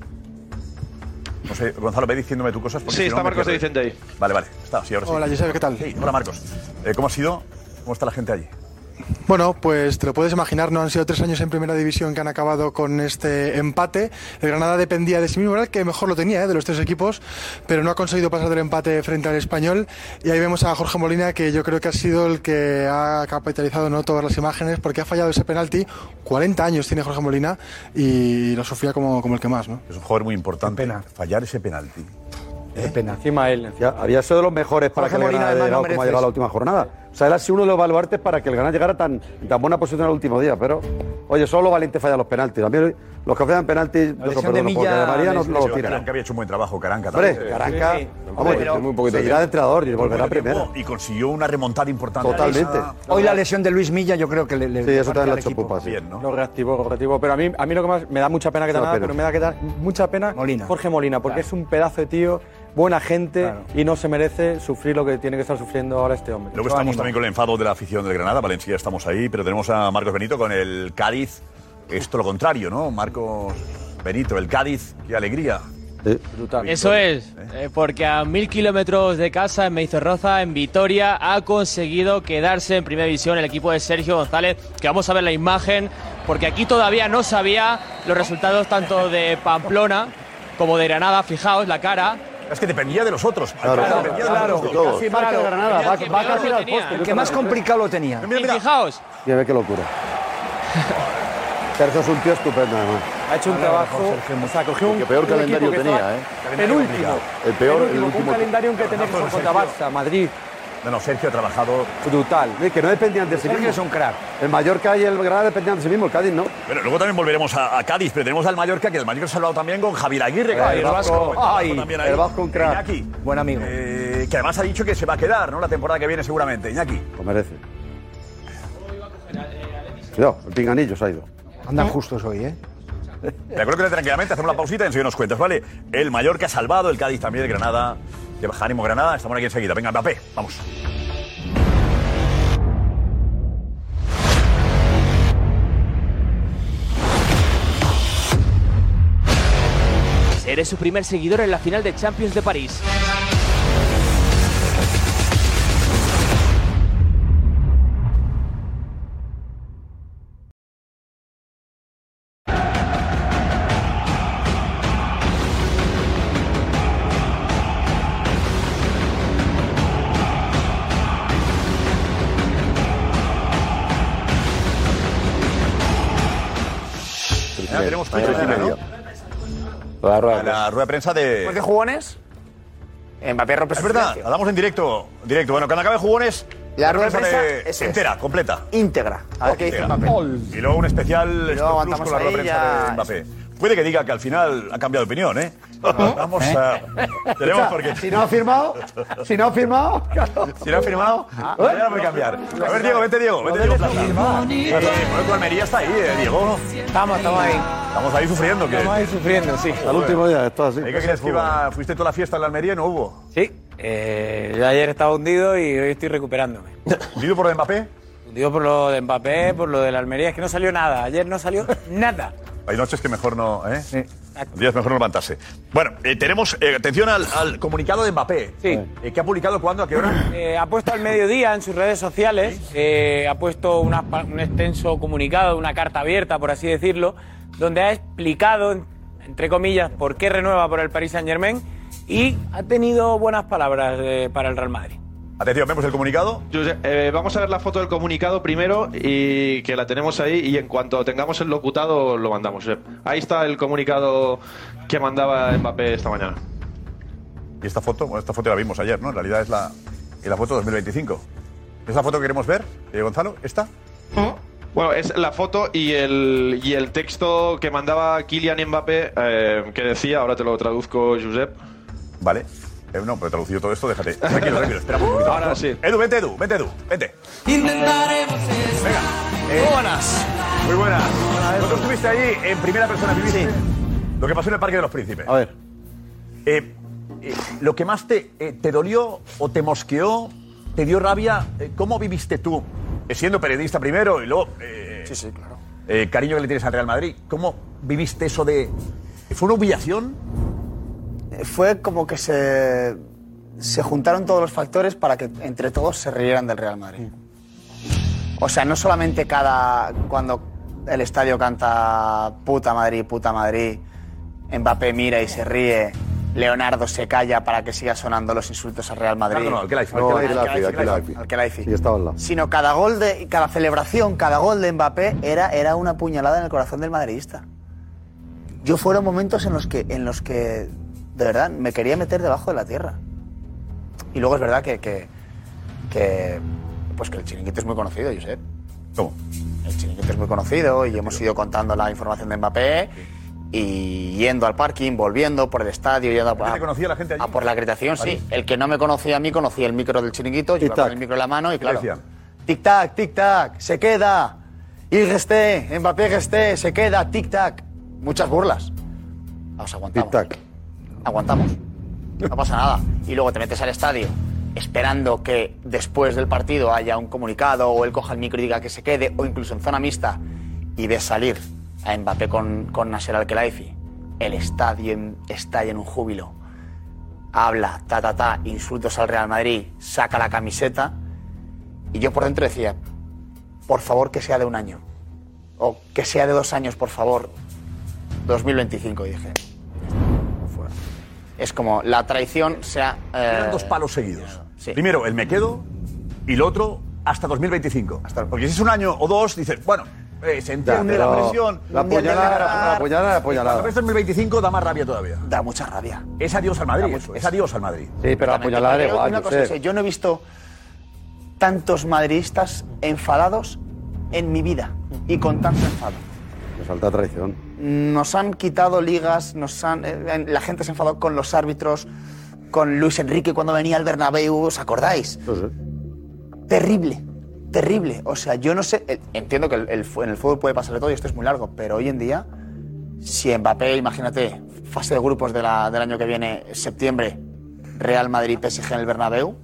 No sé, Gonzalo, ve diciéndome tú cosas. porque Sí, si no está me Marcos de pierdo. Vicente ahí. Vale, vale. Está, sí, ahora sí. Hola, Josep, ¿qué tal? Sí, hola, Marcos. Eh, ¿Cómo ha sido? ¿Cómo está la gente allí? Bueno, pues te lo puedes imaginar, no han sido tres años en primera división que han acabado con este empate. El Granada dependía de sí mismo, era el que mejor lo tenía, ¿eh? de los tres equipos, pero no ha conseguido pasar del empate frente al Español. Y ahí vemos a Jorge Molina, que yo creo que ha sido el que ha capitalizado, ¿no?, todas las imágenes, porque ha fallado ese penalti. cuarenta años tiene Jorge Molina y lo sufría como, como el que más, ¿no? Es un jugador muy importante. Qué pena. Fallar ese penalti. Qué pena. Encima él. encima- había sido de los mejores para Jorge que el Molina, Granada haya además, llegado no como ha merece llegado a la eso. última jornada. O sea, él ha sido uno de los baluartes para que el Granada llegara tan, en tan buena posición el último día. Pero, oye, solo Valiente falla los penaltis. A mí los que fallan penaltis, yo los lesión de perdono, porque Milla de María no, les- no los Que tiran. había hecho un buen trabajo, Caranca. Hombre, también. Caranca, Sí, sí. vamos, Pero- muy poquito seguirá de entrenador y volverá Buen primero. tiempo, Y consiguió una remontada importante. Totalmente. Esa- Hoy la lesión de Luis Milla yo creo que le, le Sí, eso parte también al lo ha hecho equipo. pupa, sí. Bien, ¿no? Lo reactivó, lo reactivó. Pero a mí, a mí lo que más me da mucha pena que te Una nada, pena. pero me da que dar mucha pena Molina. Jorge Molina, porque Claro. es un pedazo de tío, buena gente Claro. y no se merece sufrir lo que tiene que estar sufriendo ahora este hombre. Luego Mucho estamos ánimo. también con el enfado de la afición del Granada. Valencia, estamos ahí, pero tenemos a Marcos Benito con el Cádiz. Esto lo contrario, ¿no? Marcos Benito, el Cádiz, qué alegría. Brutal. Eso es, eh, porque a mil kilómetros de casa, en Meizorroza, en Vitoria, ha conseguido quedarse en primera división el equipo de Sergio González, que vamos a ver la imagen, porque aquí todavía no sabía los resultados tanto de Pamplona como de Granada. Fijaos la cara. Es que dependía de los otros. Claro, Dependía claro, de los claro. otros. Todos. Casi marca el Granada, va, El que va peor casi lo al tenía. poste. El que más complicado lo tenía. Mira, Y mira. fijaos, Y ve qué locura. Sergio es un tío estupendo, además. Ha hecho un trabajo. O sea, cogió un. Que peor un calendario equipo que tenía, estaba ¿eh? Penúltimo. El peor, el Penúltimo, último. un calendario en que tenía que jugar contra Barça, Madrid. No, no, Sergio ha trabajado... Brutal. Que no dependían de sí Sergio mismos. es un crack. El Mallorca y el Granada dependían de sí mismos, el Cádiz no. Pero luego también volveremos a, a Cádiz, pero tenemos al Mallorca, que el Mallorca se ha salvado también con Javier Aguirre. Ay, el Vasco. Ay, también el Vasco un crack. Iñaki, Buen amigo. eh, que además ha dicho que se va a quedar, ¿no? La temporada que viene seguramente. Iñaki. Lo merece. Cuidado, el pinganillo se ha ido. Andan justos hoy, ¿eh? Te acuerdo que tranquilamente hacemos la pausita y enseguida nos cuentas, ¿vale? El Mallorca ha salvado, el Cádiz también, el Granada. De baja ánimo Granada, estamos aquí enseguida. Venga, Mbappé, vamos. Seré su primer seguidor en la final de Champions de París. Ya tenemos Twitch encima, ¿no? La rueda, A la rueda de prensa de... Después de jugones, Mbappé rompe Es su verdad, silencio. la damos en directo. directo. Bueno, cuando acabe jugones, La rueda de prensa prensa es entera, completa. íntegra. A ver qué dice Íntegra. Mbappé. Y luego un especial luego Sport Plus aguantamos con la rueda de ahí prensa ya- de Mbappé. Puede que diga que al final ha cambiado de opinión, ¿eh? Vamos a... Tenemos porque... Si no ha firmado, si no ha firmado, claro. Si no ha firmado, mañana puede cambiar. A ver, Diego, vete, Diego. Vete, Diego Plaza. Sí, bueno, tu Almería está ahí, eh, Diego. Estamos, estamos ahí. Estamos ahí sufriendo. ¿Qué? Estamos ahí sufriendo, sí. Al último día, esto así. ¿Qué crees que iba? ¿Fuiste toda la fiesta en la Almería y no hubo? Sí, eh, yo ayer estaba hundido y hoy estoy recuperándome. ¿Hundido por lo de Mbappé? Hundido por lo de Mbappé, por lo de la Almería, es que no salió nada. Ayer no salió nada. Hay noches que mejor no, ¿eh? Sí. Días mejor no levantarse. Bueno, eh, tenemos, eh, atención al, al comunicado de Mbappé. Sí. Eh, ¿Qué ha publicado cuándo? ¿A qué hora? Eh, ha puesto al mediodía en sus redes sociales, eh, ha puesto una- un extenso comunicado, una carta abierta, por así decirlo, donde ha explicado, en- entre comillas, por qué renueva por el Paris Saint-Germain y ha tenido buenas palabras eh, para el Real Madrid. Atención, vemos el comunicado. Josep, eh, vamos a ver la foto del comunicado primero y que la tenemos ahí y en cuanto tengamos el locutado lo mandamos. Josep. Ahí está el comunicado que mandaba Mbappé esta mañana. Y esta foto, bueno, esta foto la vimos ayer, ¿no? En realidad es la, es la foto dos mil veinticinco. ¿Es la foto que queremos ver, eh, Gonzalo? ¿Esta? Bueno, es la foto y el, y el texto que mandaba Kylian Mbappé eh, que decía, ahora te lo traduzco, Josep. Vale. Eh, no, pero traducido todo esto, déjate. Tranquilo, tranquilo, espera un poquito. Ahora sí. Edu, vente, Edu, vente, Edu, vente. Intentaremos Venga. Eh, Muy buenas. Muy buenas. Cuando estuviste allí, en primera persona, viviste lo que pasó en el Parque de los Príncipes. A ver. Eh, eh, lo que más te, eh, te dolió o te mosqueó, te dio rabia, eh, ¿cómo viviste tú, eh, siendo periodista primero y luego eh, Sí, sí, claro. eh, cariño que le tienes al Real Madrid? ¿Cómo viviste eso de... ¿Fue una humillación? Fue como que se, se juntaron todos los factores para que entre todos se rieran del Real Madrid. O sea, no solamente cada cuando el estadio canta puta Madrid, puta Madrid, Mbappé mira y se ríe, Leonardo se calla para que siga sonando los insultos al Real Madrid. No, no, al Khelaifi. No, Al Khelaifi, al al Khelaifi. al Khelaifi. Sí, estaba al lado. Sino cada gol de cada celebración, cada gol de Mbappé era, era una puñalada en el corazón del madridista. Yo fueron momentos en los que en los que de verdad me quería meter debajo de la tierra. Y luego es verdad que, que, que pues que el chiringuito es muy conocido, Josep. ¿Cómo? El chiringuito es muy conocido y hemos ido contando la información de Mbappé y yendo al parking, volviendo por el estadio, yendo a, ¿Te conocía la gente allí? a por la acreditación, sí. Allí. El que no me conocía a mí conocía el micro del chiringuito, yo iba Tic-tac. con el micro en la mano y ¿Qué claro. decían? Tic-tac, tic-tac, se queda. Y resté, Mbappé resté, se queda, tic-tac. Muchas burlas. Os aguantamos. Tic-tac. Aguantamos. No pasa nada. Y luego te metes al estadio esperando que después del partido haya un comunicado o él coja el micro y diga que se quede, o incluso en zona mixta, y ves salir a Mbappé con, con Nasser Al-Khelaifi. El estadio en- estalla en un júbilo. Habla, ta, ta, ta, insultos al Real Madrid, saca la camiseta. Y yo por dentro decía, por favor que sea de un año. O que sea de dos años, por favor. dos mil veinticinco, dije. Fuera. Es como la traición sea... eh, Eran dos palos seguidos. Sí. Primero, el me quedo, y lo otro, hasta dos mil veinticinco. Hasta- Porque si es un año o dos, dices, bueno, eh, se entiende Ya, la pero presión. La Mundial de puñalada, ganar. la puñalada, la Cuando puñalada. ves dos mil veinticinco da más rabia todavía. Da mucha rabia. Es adiós al Madrid, Da eso, mucho- es adiós al Madad. Sí, pero la puñalada da Pero igual, una cosa Josep. es, yo no he visto tantos madridistas enfadados en mi vida y con tanto enfado. Me falta traición. Nos han quitado ligas, nos han, eh, la gente se enfadó con los árbitros, con Luis Enrique cuando venía al Bernabéu, ¿os acordáis? No sé. Terrible, terrible. O sea, yo no sé, eh, entiendo que el, el, en el fútbol puede pasar de todo y esto es muy largo, pero hoy en día, si Mbappé, imagínate, fase de grupos de la, del año que viene, septiembre, Real Madrid, P S G en el Bernabéu,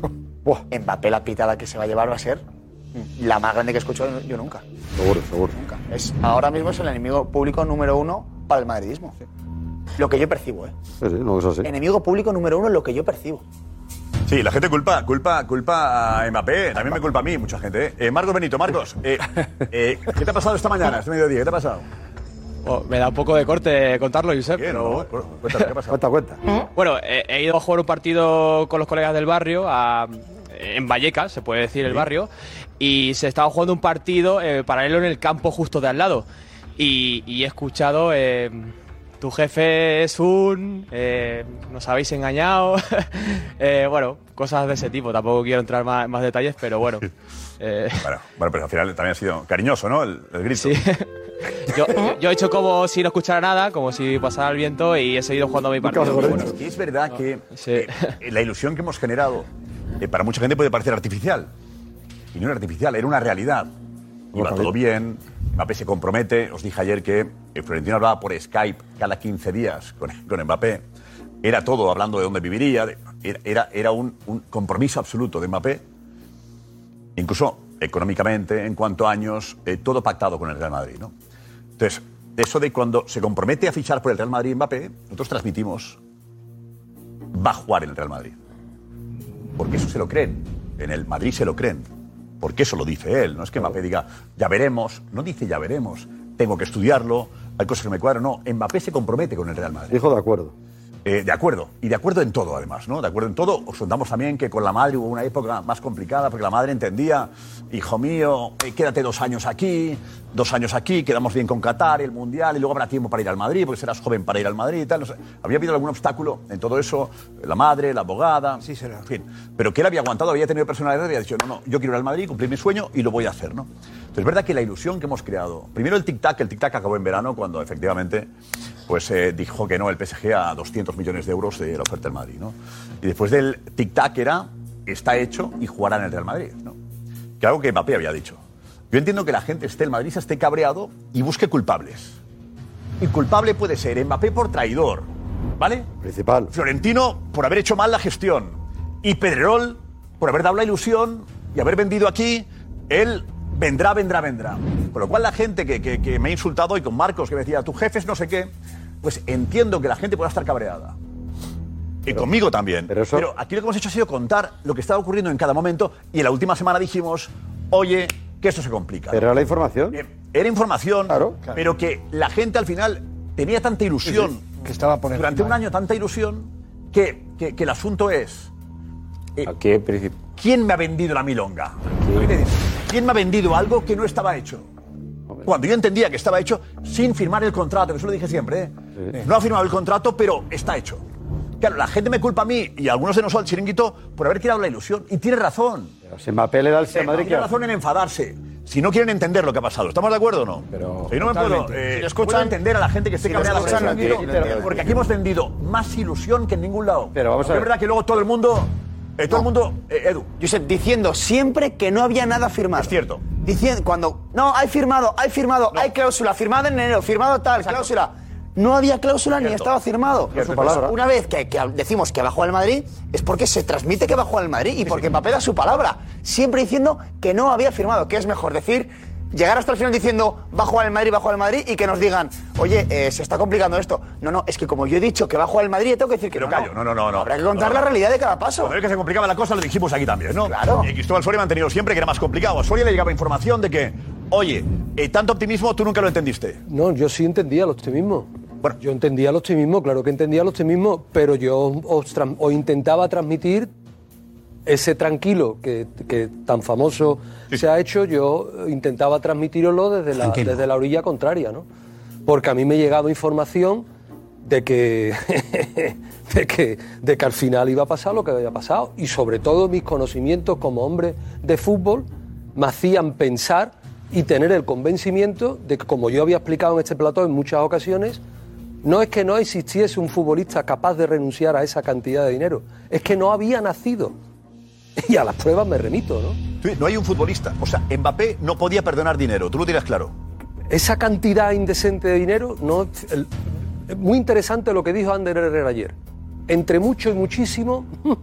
Mbappé la pitada que se va a llevar va a ser la más grande que he escuchado yo nunca. Seguro, seguro. Nunca. Es, ahora mismo es el enemigo público número uno para el madridismo. Sí. Lo que yo percibo, ¿eh? Sí, sí, no es así. Enemigo público número uno, lo que yo percibo. Sí, la gente culpa, culpa, culpa a Mbappé, también me culpa a mí, mucha gente. ¿eh? Eh, Marcos Benito, Marcos, eh, eh, ¿qué te ha pasado esta mañana, este mediodía? ¿Qué te ha pasado? Oh, me da un poco de corte contarlo, Josep. Bien, pero... ¿no? Cuéntame, ¿qué ha pasado? Cuenta, cuenta. Bueno, he, he ido a jugar un partido con los colegas del barrio, a, en Vallecas, se puede decir el barrio, y se estaba jugando un partido eh, paralelo en el campo justo de al lado. Y, y he escuchado, eh, tu jefe es un... Eh, nos habéis engañado. eh, bueno, cosas de ese tipo. Tampoco quiero entrar más en más detalles, pero bueno. Eh... Bueno, bueno, pero al final también ha sido cariñoso, ¿no? El, el grito. Sí. yo, yo he hecho como si no escuchara nada, como si pasara el viento y he seguido jugando mi partido. Bueno, es que es verdad que sí. eh, la ilusión que hemos generado eh, para mucha gente puede parecer artificial. Y no era artificial, era una realidad. Iba todo bien, Mbappé se compromete. Os dije ayer que eh, Florentino hablaba por Skype cada quince días con, con Mbappé. Era todo hablando de dónde viviría. De, era era un, un compromiso absoluto de Mbappé. Incluso económicamente, en cuanto a años, eh, todo pactado con el Real Madrid, ¿no? Entonces, eso de cuando se compromete a fichar por el Real Madrid Mbappé, nosotros transmitimos, va a jugar en el Real Madrid. Porque eso se lo creen. En el Madrid se lo creen. Porque eso lo dice él. No es que Mbappé diga, ya veremos. No dice ya veremos. Tengo que estudiarlo. Hay cosas que me cuadran. No, Mbappé se compromete con el Real Madrid. Dijo de acuerdo. Eh, de acuerdo, y de acuerdo en todo además, ¿no? De acuerdo en todo. Os contamos también que con la madre hubo una época más complicada porque la madre entendía, hijo mío, eh, quédate dos años aquí, dos años aquí, quedamos bien con Qatar, el Mundial, y luego habrá tiempo para ir al Madrid, porque serás joven para ir al Madrid y tal. No sé. Había habido algún obstáculo en todo eso, la madre, la abogada, sí, será. En fin. Pero que él había aguantado, había tenido personalidad y había dicho, no, no, yo quiero ir al Madrid, cumplir mi sueño y lo voy a hacer, ¿no? Entonces es verdad que la ilusión que hemos creado, primero el tic-tac, el tic-tac acabó en verano cuando efectivamente pues eh, dijo que no el P S G a doscientos millones de euros de la oferta del Madrid, ¿no? Y después del tic-tac era, está hecho y jugará en el Real Madrid, ¿no? Que algo que Mbappé había dicho. Yo entiendo que la gente esté, el madridista esté cabreado y busque culpables. Y culpable puede ser Mbappé por traidor, ¿vale? Principal. Florentino por haber hecho mal la gestión. Y Pedrerol por haber dado la ilusión y haber vendido aquí, él vendrá, vendrá, vendrá. Con lo cual la gente que, que, que me ha insultado y con Marcos que me decía, tu jefe es no sé qué, pues entiendo que la gente pueda estar cabreada. Y pero, conmigo también. Pero, eso... pero aquí lo que hemos hecho ha sido contar lo que estaba ocurriendo en cada momento y en la última semana dijimos, oye, que esto se complica. Pero era la información. Eh, era información, claro, claro. Pero que la gente al final tenía tanta ilusión, sí, sí, que estaba por durante un año tanta ilusión, que, que, que el asunto es, eh, Aquí, ¿quién me ha vendido la milonga? ¿Quién me ha vendido algo que no estaba hecho? Cuando yo entendía que estaba hecho sin firmar el contrato, que eso lo dije siempre, ¿eh? Sí. No ha firmado el contrato, pero está hecho. Claro, la gente me culpa a mí y a algunos de nosotros, el chiringuito, por haber creado la ilusión. Y tiene razón. Pero si Mbappé le da el eh, Madrid, tiene razón en enfadarse. Si no quieren entender lo que ha pasado. ¿Estamos de acuerdo o no? Pero si no me puedo, eh, si escuchan, entender a la gente que esté si cabreada con el chiringuito, porque aquí hemos vendido más ilusión que en ningún lado. Pero vamos a ver. Es verdad que luego todo el mundo... Eh, todo no. el mundo, eh, Edu. Josep, diciendo siempre que no había nada firmado. Es cierto. Diciendo, cuando, no, hay firmado, hay firmado, no. hay cláusula, firmada en enero, firmado tal, Exacto. cláusula. No había cláusula cierto. ni estaba firmado. Cierto, palabra. Una vez que, que decimos que va a jugar el Madrid, es porque se transmite que va a jugar el Madrid y porque Mbappé da su palabra. Siempre diciendo que no había firmado, que es mejor decir... Llegar hasta el final diciendo va a jugar el Madrid, va a jugar el Madrid y que nos digan, oye, eh, se está complicando esto. No, no, es que como yo he dicho que va a jugar el Madrid, tengo que decir que Pero no. callo, no, no, no, no. Habrá que contar no, no. la realidad de cada paso. Cuando ver que se complicaba la cosa lo dijimos aquí también, ¿no? Claro. Y Cristóbal Soria ha mantenido siempre que era más complicado. A Soria le llegaba información de que, oye, eh, tanto optimismo tú nunca lo entendiste. No, yo sí entendía el optimismo. Bueno. Yo entendía el optimismo, claro que entendía el optimismo, pero yo os, os intentaba transmitir ese tranquilo que, que tan famoso sí. se ha hecho, yo intentaba transmitirlo desde la, desde la orilla contraria, ¿no? Porque a mí me llegaba información de que de que, de que al final iba a pasar lo que había pasado. Y sobre todo mis conocimientos como hombre de fútbol me hacían pensar y tener el convencimiento de que, como yo había explicado en este plató en muchas ocasiones, no es que no existiese un futbolista capaz de renunciar a esa cantidad de dinero, es que no había nacido. Y a las pruebas me remito, ¿no? No hay un futbolista. O sea, Mbappé no podía perdonar dinero, tú lo tienes claro. Esa cantidad indecente de dinero, no, el, es muy interesante lo que dijo Ander Herrera ayer. Entre mucho y muchísimo,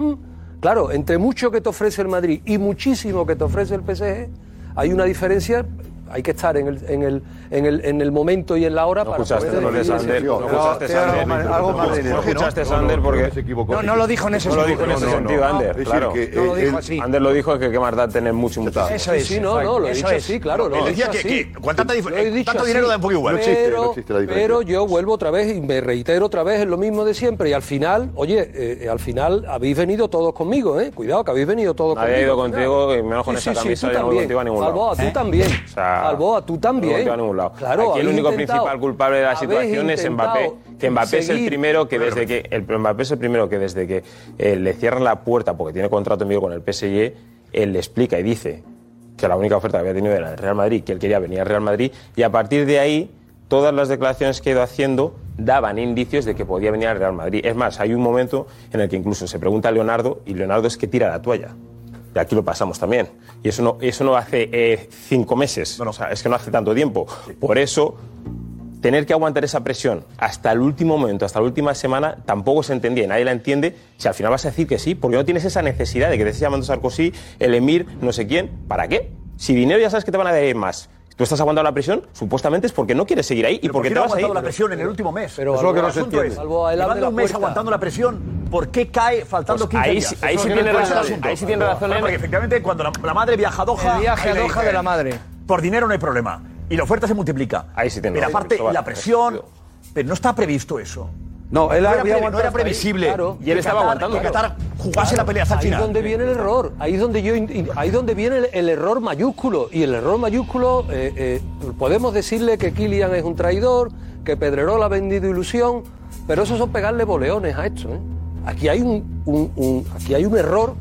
claro, entre mucho que te ofrece el Madrid y muchísimo que te ofrece el P S G, hay una diferencia. Hay que estar en el, en el, en el, en el momento y en la hora no para escuchaste, poder... No escuchaste, no escuchaste, Sander. Algo más de dinero. No escuchaste, Sander, porque... No, no lo dijo en ese sentido. No lo dijo en ese sentido, Ander, claro. No lo dijo así. Ander lo dijo que qué más da tener mucho, mucho. Eso es. Sí, no, no, lo he dicho así, claro. Él decía que cuánta tanto dinero da un poco igual. Pero, pero yo vuelvo otra vez y me reitero otra vez en lo mismo de siempre. Y al final, oye, eh, al final habéis venido todos conmigo, ¿eh? Cuidado, que habéis venido todos conmigo. Había ido contigo, y menos con esa camisa, yo no voy contigo a ningún lado. Balboa, tú también. Balboa, tú también. No a ningún lado. Claro, aquí el único principal culpable de la situación es Mbappé. Que Mbappé es el primero que desde que el Mbappé es el primero que desde que eh, le cierran la puerta porque tiene contrato en vigor con el P S G, él le explica y dice que la única oferta que había tenido era el Real Madrid, que él quería venir al Real Madrid, y a partir de ahí todas las declaraciones que ha ido haciendo daban indicios de que podía venir al Real Madrid. Es más, hay un momento en el que incluso se pregunta a Leonardo y Leonardo es que tira la toalla. Y aquí lo pasamos también. Y eso no, eso no hace eh, cinco meses. No, no. O sea, es que no hace tanto tiempo. Por eso, tener que aguantar esa presión hasta el último momento, hasta la última semana, tampoco se entendía y nadie la entiende. Si al final vas a decir que sí, porque no tienes esa necesidad de que te estés llamando Sarkozy, el Emir, no sé quién. ¿Para qué? Si dinero ya sabes que te van a dar más. Tú estás aguantando la presión, supuestamente es porque no quieres seguir ahí y porque te vas a ir. aguantado la presión en el último mes. Pero es lo que no se entiende. Llevando un mes aguantando la presión, ¿por qué cae faltando pues quince ahí, días? Ahí sí tiene razón. Ahí sí tiene razón. Porque efectivamente cuando la, la madre viaja a Doha, el viaje a Doha de la madre. Por dinero no hay problema y la oferta se multiplica. Ahí sí tiene. Pero aparte la presión, pero no está previsto eso. No, él no, había era, no era previsible. Claro. Y él estaba aguantando. Que Qatar jugase claro, la pelea hasta el final. Ahí es donde viene el error. Ahí es donde, yo, ahí es donde viene el, el error mayúsculo. Y el error mayúsculo, eh, eh, podemos decirle que Kylian es un traidor, que Pedrerol ha vendido ilusión, pero eso son pegarle boleones a esto. ¿eh? Aquí, hay un, un, un, aquí hay un error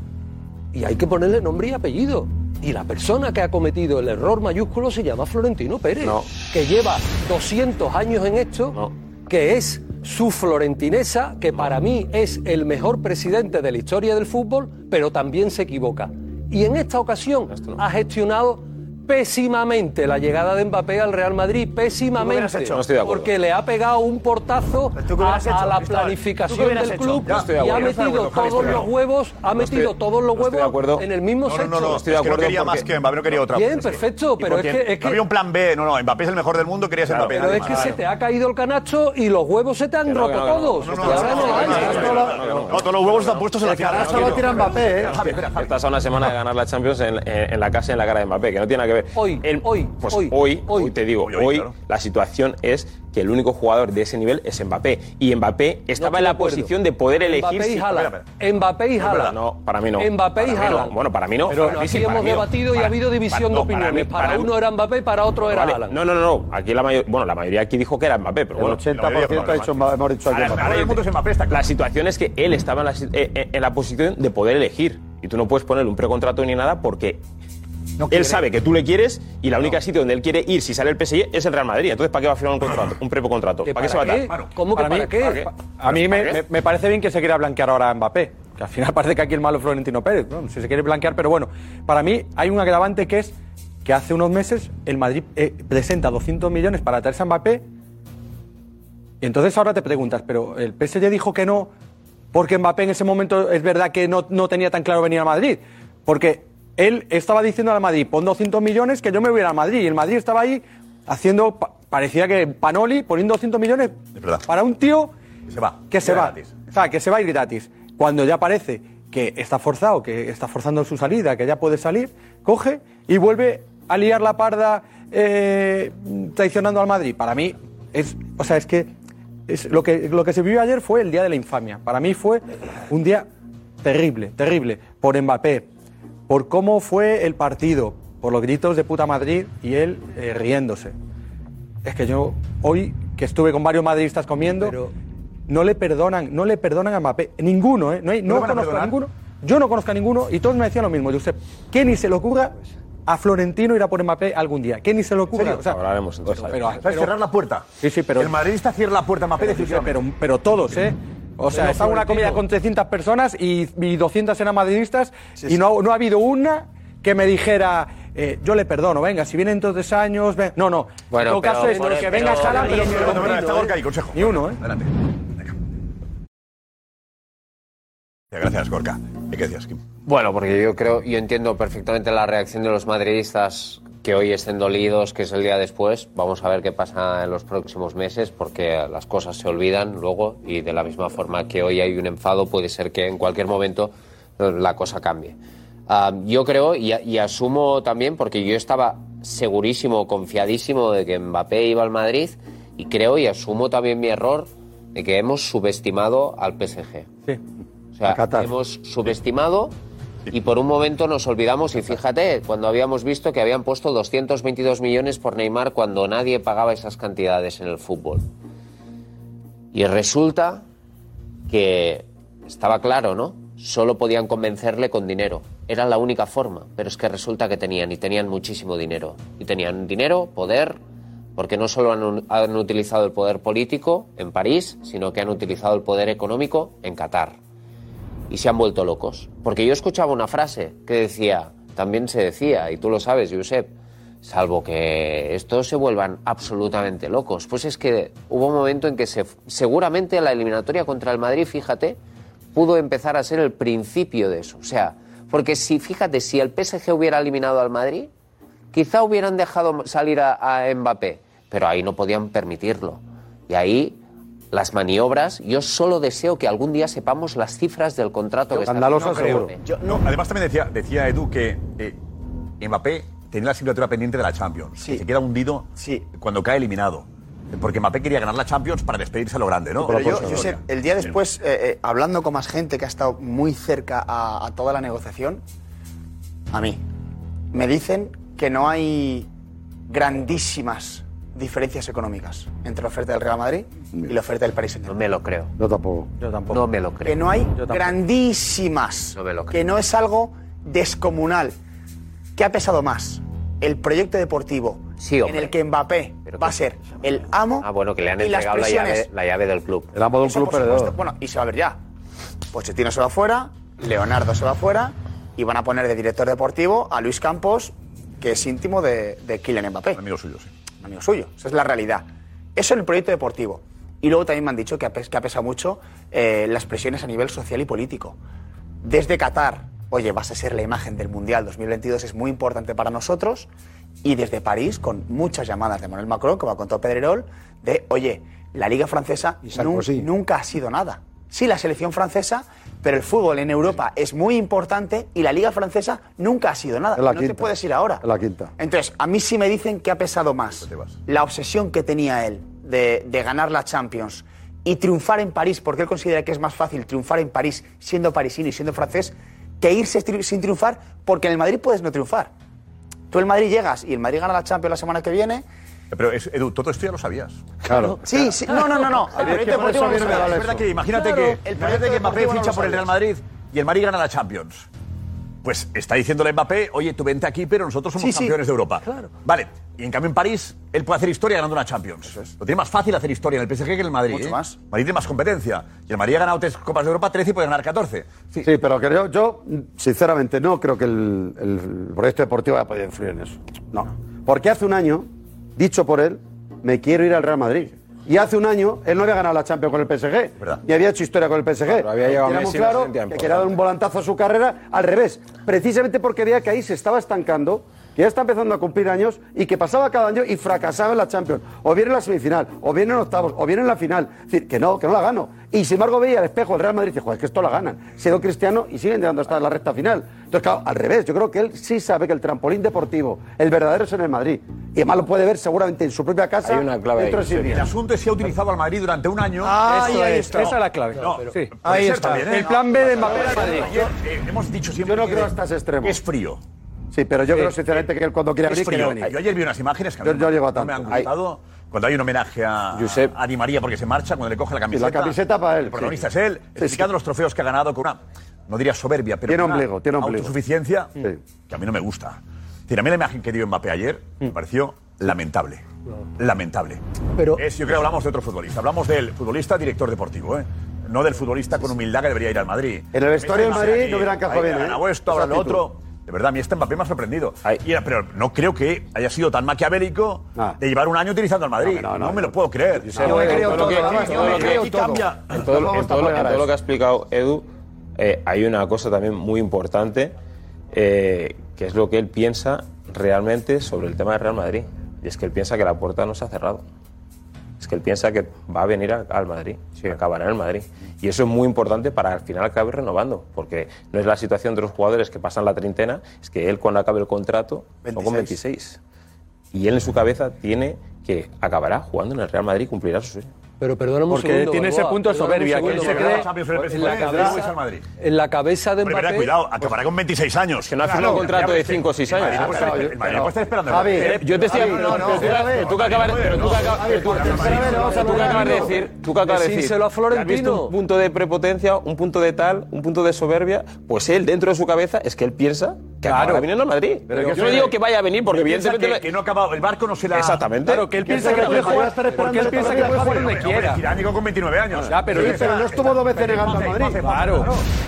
y hay que ponerle nombre y apellido. Y la persona que ha cometido el error mayúsculo se llama Florentino Pérez, no. que lleva doscientos años en esto, no. que es su florentinesa, que para mí es el mejor presidente de la historia del fútbol, pero también se equivoca. Y en esta ocasión no. ha gestionado pésimamente la llegada de Mbappé al Real Madrid, pésimamente, hecho? No estoy de acuerdo. Porque le ha pegado un portazo a, a la planificación del club y ha metido todos los huevos, ha metido todos los huevos en el mismo sexo. No, no, no, estoy de acuerdo. No quería más que Mbappé, no quería otra. Bien, perfecto, pero es que, es que no había un plan B, no, no, Mbappé es el mejor del mundo, quería ser Mbappé. Pero es que se te ha caído el canasto y los huevos se te han roto todos. No, todos los huevos están puestos en la cara. Ahora lo tira Mbappé, ¿eh? Estás a una semana de ganar la Champions en la casa y en la cara de Mbappé, que no tiene nada que ver. Hoy, hoy, pues hoy, hoy, hoy, te digo, hoy, hoy, hoy claro. La situación es que el único jugador de ese nivel es Mbappé. Y Mbappé estaba no en la acuerdo. posición de poder elegir... Mbappé y Haaland. Mbappé y Haaland. No, para mí no. Mbappé y Haaland. No. Bueno, para mí no. Pero para aquí sí, hemos para debatido para, y ha habido división para, de opiniones. Para, mí, para, para uno era Mbappé y para otro era vale. Haaland. No, no, no, no. Aquí la mayoría... Bueno, la mayoría aquí dijo que era Mbappé, pero bueno... El ochenta por ciento ha dicho, hemos dicho aquí. Ahora el mundo es Mbappé, está claro. La situación es que él estaba en la, en la posición de poder elegir. Y tú no puedes ponerle un precontrato ni nada porque... No él sabe que tú le quieres y la única no. sitio donde él quiere ir si sale el P S G es el Real Madrid. Entonces, ¿para qué va a firmar un contrato, un precontrato? ¿Para, ¿Para qué se va a dar? Claro. ¿Cómo que para, para, qué? ¿Para qué? A mí me, me, me parece bien que se quiera blanquear ahora a Mbappé. Que al final parece que aquí el malo es Florentino Pérez. ¿no? Si se quiere blanquear, pero bueno. Para mí hay un agravante que es que hace unos meses el Madrid eh, presenta doscientos millones para traerse a Mbappé. Y entonces ahora te preguntas, pero el P S G dijo que no porque Mbappé en ese momento es verdad que no, no tenía tan claro venir a Madrid. Porque... Él estaba diciendo al Madrid, pon doscientos millones que yo me voy a ir al Madrid. Y el Madrid estaba ahí haciendo, parecía que Panoli poniendo doscientos millones para un tío que se va. Que se va. Gratis. O sea, que se va a ir gratis. Cuando ya parece que está forzado, que está forzando su salida, que ya puede salir, coge y vuelve a liar la parda eh, traicionando al Madrid. Para mí, es, o sea, es que, es, lo que lo que se vivió ayer fue el día de la infamia. Para mí fue un día terrible, terrible, por Mbappé. Por cómo fue el partido, por los gritos de puta Madrid y él eh, riéndose. Es que yo hoy, que estuve con varios madridistas comiendo, pero, no le perdonan, no le perdonan a Mbappé. Ninguno, ¿eh? No, hay, no, ¿No le van a conozco a perdonar? ninguno. Yo no conozco a ninguno y todos me decían lo mismo, Josep. Que ni se le ocurra a Florentino ir a por Mbappé algún día. Que ni se le ocurra. O sea, hablaremos entonces. pero, ¿Sabes? Cerrar la puerta. Sí, sí, pero. El madridista cierra la puerta a Mbappé Pero, definitivamente. pero, pero todos, ¿eh? O sea, Pero está una Florentino. comida con trescientas personas y, y doscientas eran madridistas Sí, y sí. no, no ha habido una que me dijera, eh, yo le perdono, venga, si vienen dentro de tres años, ven. No, no. Bueno, en todo pero caso es por el- que venga pero- Haaland, pero Bueno, bueno, Florentino, está ¿eh? Gorka ahí, consejo. Ni uno, ¿eh? Adelante. Venga. Gracias, Gorka. ¿Qué decías, Kim? Bueno, porque yo creo, yo entiendo perfectamente la reacción de los madridistas que hoy estén dolidos, que es el día después. Vamos a ver qué pasa en los próximos meses, porque las cosas se olvidan luego y de la misma forma que hoy hay un enfado, puede ser que en cualquier momento la cosa cambie. Uh, yo creo y, y asumo también, porque yo estaba segurísimo, confiadísimo de que Mbappé iba al Madrid, y creo y asumo también mi error de que hemos subestimado al P S G. Sí. O sea, hemos subestimado y por un momento nos olvidamos, y fíjate, cuando habíamos visto que habían puesto doscientos veintidós millones por Neymar cuando nadie pagaba esas cantidades en el fútbol. Y resulta que estaba claro, ¿no? Solo podían convencerle con dinero. Era la única forma, pero es que resulta que tenían, y tenían muchísimo dinero. Y tenían dinero, poder, porque no solo han, han utilizado el poder político en París, sino que han utilizado el poder económico en Qatar. Y se han vuelto locos. Porque yo escuchaba una frase que decía, también se decía, y tú lo sabes, Josep, salvo que estos se vuelvan absolutamente locos. Pues es que hubo un momento en que se, seguramente la eliminatoria contra el Madrid, fíjate, pudo empezar a ser el principio de eso. O sea, porque si, fíjate, si el P S G hubiera eliminado al Madrid, quizá hubieran dejado salir a, a Mbappé, pero ahí no podían permitirlo. Y ahí las maniobras, yo solo deseo que algún día sepamos las cifras del contrato que está Escandaloso firmando seguro. Mbappé. Yo, no, además también decía, decía Edu que eh, Mbappé tenía la asignatura pendiente de la Champions. Sí. Se queda hundido cuando cae eliminado. Porque Mbappé quería ganar la Champions para despedirse a lo grande, ¿no? Pero yo, yo sé, el día después, eh, eh, hablando con más gente que ha estado muy cerca a, a toda la negociación, a mí, me dicen que no hay grandísimas diferencias económicas entre la oferta del Real Madrid y la oferta del Paris Saint-Germain. No me lo creo. Yo tampoco. Yo tampoco. No me lo creo. Que no hay Yo tampoco. grandísimas. No me lo creo. Que no es algo descomunal. ¿Qué ha pesado más? El proyecto deportivo Sí, en hombre. el que Mbappé va a ser el amo Ah, bueno, que le han y las entregado la llave, presiones. la llave del club. El amo de un Eso, club por supuesto. perdedor. Bueno, y se va a ver ya. Pochettino se va fuera, Leonardo se va fuera y van a poner de director deportivo a Luis Campos, que es íntimo de, de Kylian Mbappé. Amigo suyo, sí. Amigo suyo. Esa es la realidad. Eso en el proyecto deportivo. Y luego también me han dicho que ha, pes- que ha pesado mucho eh, las presiones a nivel social y político. Desde Qatar, oye, vas a ser la imagen del Mundial dos mil veintidós, es muy importante para nosotros. Y desde París, con muchas llamadas de Emmanuel Macron, como ha contado Pedrerol, de, oye, la Liga Francesa nun- nunca ha sido nada. Sí, la selección francesa, pero el fútbol en Europa es muy importante y la Liga Francesa nunca ha sido nada. Es la No te quinta. puedes ir ahora. Es la quinta. Entonces, a mí sí me dicen que ha pesado más la obsesión que tenía él de, de ganar la Champions y triunfar en París, porque él considera que es más fácil triunfar en París siendo parisino y siendo francés, que irse tri- sin triunfar, porque en el Madrid puedes no triunfar. Tú el Madrid llegas y el Madrid gana la Champions la semana que viene. Pero es- Edu, todo esto ya lo sabías. Claro. Sí, sí. No, no, no, no. El proyecto deportivo no lo sabía. Es verdad que imagínate Claro, que, el imagínate proyecto que Mbappé deportivo no ficha lo por el Real sabías. Madrid y el Madrid gana la Champions. Pues está diciéndole a Mbappé, oye, tú vente aquí, pero nosotros somos Sí, sí. campeones de Europa. Claro. Vale, y en cambio en París, él puede hacer historia ganando una Champions. Lo tiene más fácil hacer historia en el P S G que en el Madrid. Mucho ¿eh? más. Madrid tiene más competencia. Y el Madrid ha ganado tres Copas de Europa, trece y puede ganar catorce. Sí, pero creo, yo, sinceramente, no creo que el, el proyecto deportivo haya podido influir en eso. No. Porque hace un año, dicho por él, me quiero ir al Real Madrid. Y hace un año él no había ganado la Champions con el P S G. Ni había hecho historia con el P S G. Claro, había llegado Era muy Messi, no se claro sentía que quería dar un volantazo a su carrera al revés. Precisamente porque veía que ahí se estaba estancando, que ya está empezando a cumplir años y que pasaba cada año y fracasaba en la Champions. O bien en la semifinal, o bien en octavos, o bien en la final. Es decir, que no, que no la gano. Y sin embargo veía al espejo el Real Madrid y dice, joder, es que esto la ganan. Se dio Cristiano y siguen llegando hasta la recta final. Entonces, claro, al revés. Yo creo que él sí sabe que el trampolín deportivo, el verdadero es en el Madrid. Y además lo puede ver seguramente en su propia casa. Hay una clave dentro ahí. de seis El días. asunto es si ha utilizado al Madrid durante un año. Ah, Eso ahí es. está. Esa es la clave. No, Pero- sí. sí. Puede Ahí ser está. también, ¿eh? El plan B de Mbappé. Ayer, eh, hemos dicho siempre Yo no que, creo hasta ese extremo. que es frío. Sí, pero yo creo sinceramente que él cuando quiere Es venir, quiere frío. venir. Yo ayer vi unas imágenes que a mí Yo- yo llego a no me tanto. han gustado. Cuando hay un homenaje a, a Di María porque se marcha, cuando le coge la camiseta. la camiseta para él, El protagonista sí. es él, explicando los trofeos que ha ganado con una, no diría soberbia, pero Tiene con una ombligo, tiene ombligo. autosuficiencia que a mí no me gusta. Es decir, a mí la imagen que dio Mbappé ayer me pareció lamentable. Lamentable. Pero es, yo creo que hablamos de otro futbolista. Hablamos del futbolista director deportivo, ¿eh? No del futbolista con humildad que debería ir al Madrid. En el vestuario del Madrid Aquí, no hubiera encajado ahí bien, ¿eh? ha ganado esto, ahora Esa lo actitud. otro. De verdad, a mí este Mbappé me ha sorprendido. Y era- pero no creo que haya sido tan maquiavélico de llevar un año utilizando al Madrid. No, me lo puedo creer. Yo me creo todo, además, yo me creo todo. Cambia. En todo, lo- en todo lo- en todo lo que ha explicado Edu, eh, hay una cosa también muy importante, eh, que es lo que él piensa realmente sobre el tema del Real Madrid. Y es que él piensa que la puerta no se ha cerrado. Es que él piensa que va a venir a- al Madrid, acabará en el Madrid. Y eso es muy importante para al final acabe renovando, porque no es la situación de los jugadores que pasan la treintena, es que él cuando acabe el contrato son con veintiséis. Y él en su cabeza tiene que acabará jugando en el Real Madrid y cumplirá su sueño. Pero perdóname un Porque segundo. tiene ese Balboa, punto de perdóname un soberbia, que segundo, él se porque cree- en la Después cabeza, al Madrid. en la cabeza de Hombre, Mbappé. verá, cuidado, acabará con veintiséis años. Que no ha firmado un contrato de cinco o seis años. El Madrid puede estar- el Madrid puede estar esperando. Javi, Eh, yo te estoy Javi, hablando. no, no, pero tú- espera, pero tú que acabas pero tú que acabas- pero tú- pero tú que acabas de decir, tú que acabas de decir, Decírselo a que has visto Florentino. un punto de prepotencia, un punto de tal, un punto de soberbia, pues él dentro de su cabeza es que él piensa que Claro. acabará viniendo al Madrid. Pero yo que no se- digo que vaya a venir porque que piensa evidentemente que- que no ha acabado, el barco no se la... Exactamente. Claro, que él piensa que puede jugar, porque él piensa que puede jugar donde quiera. Tiránico con veintinueve años. Ya, pero, sí, pero no estuvo dos veces negando al Madrid. Claro.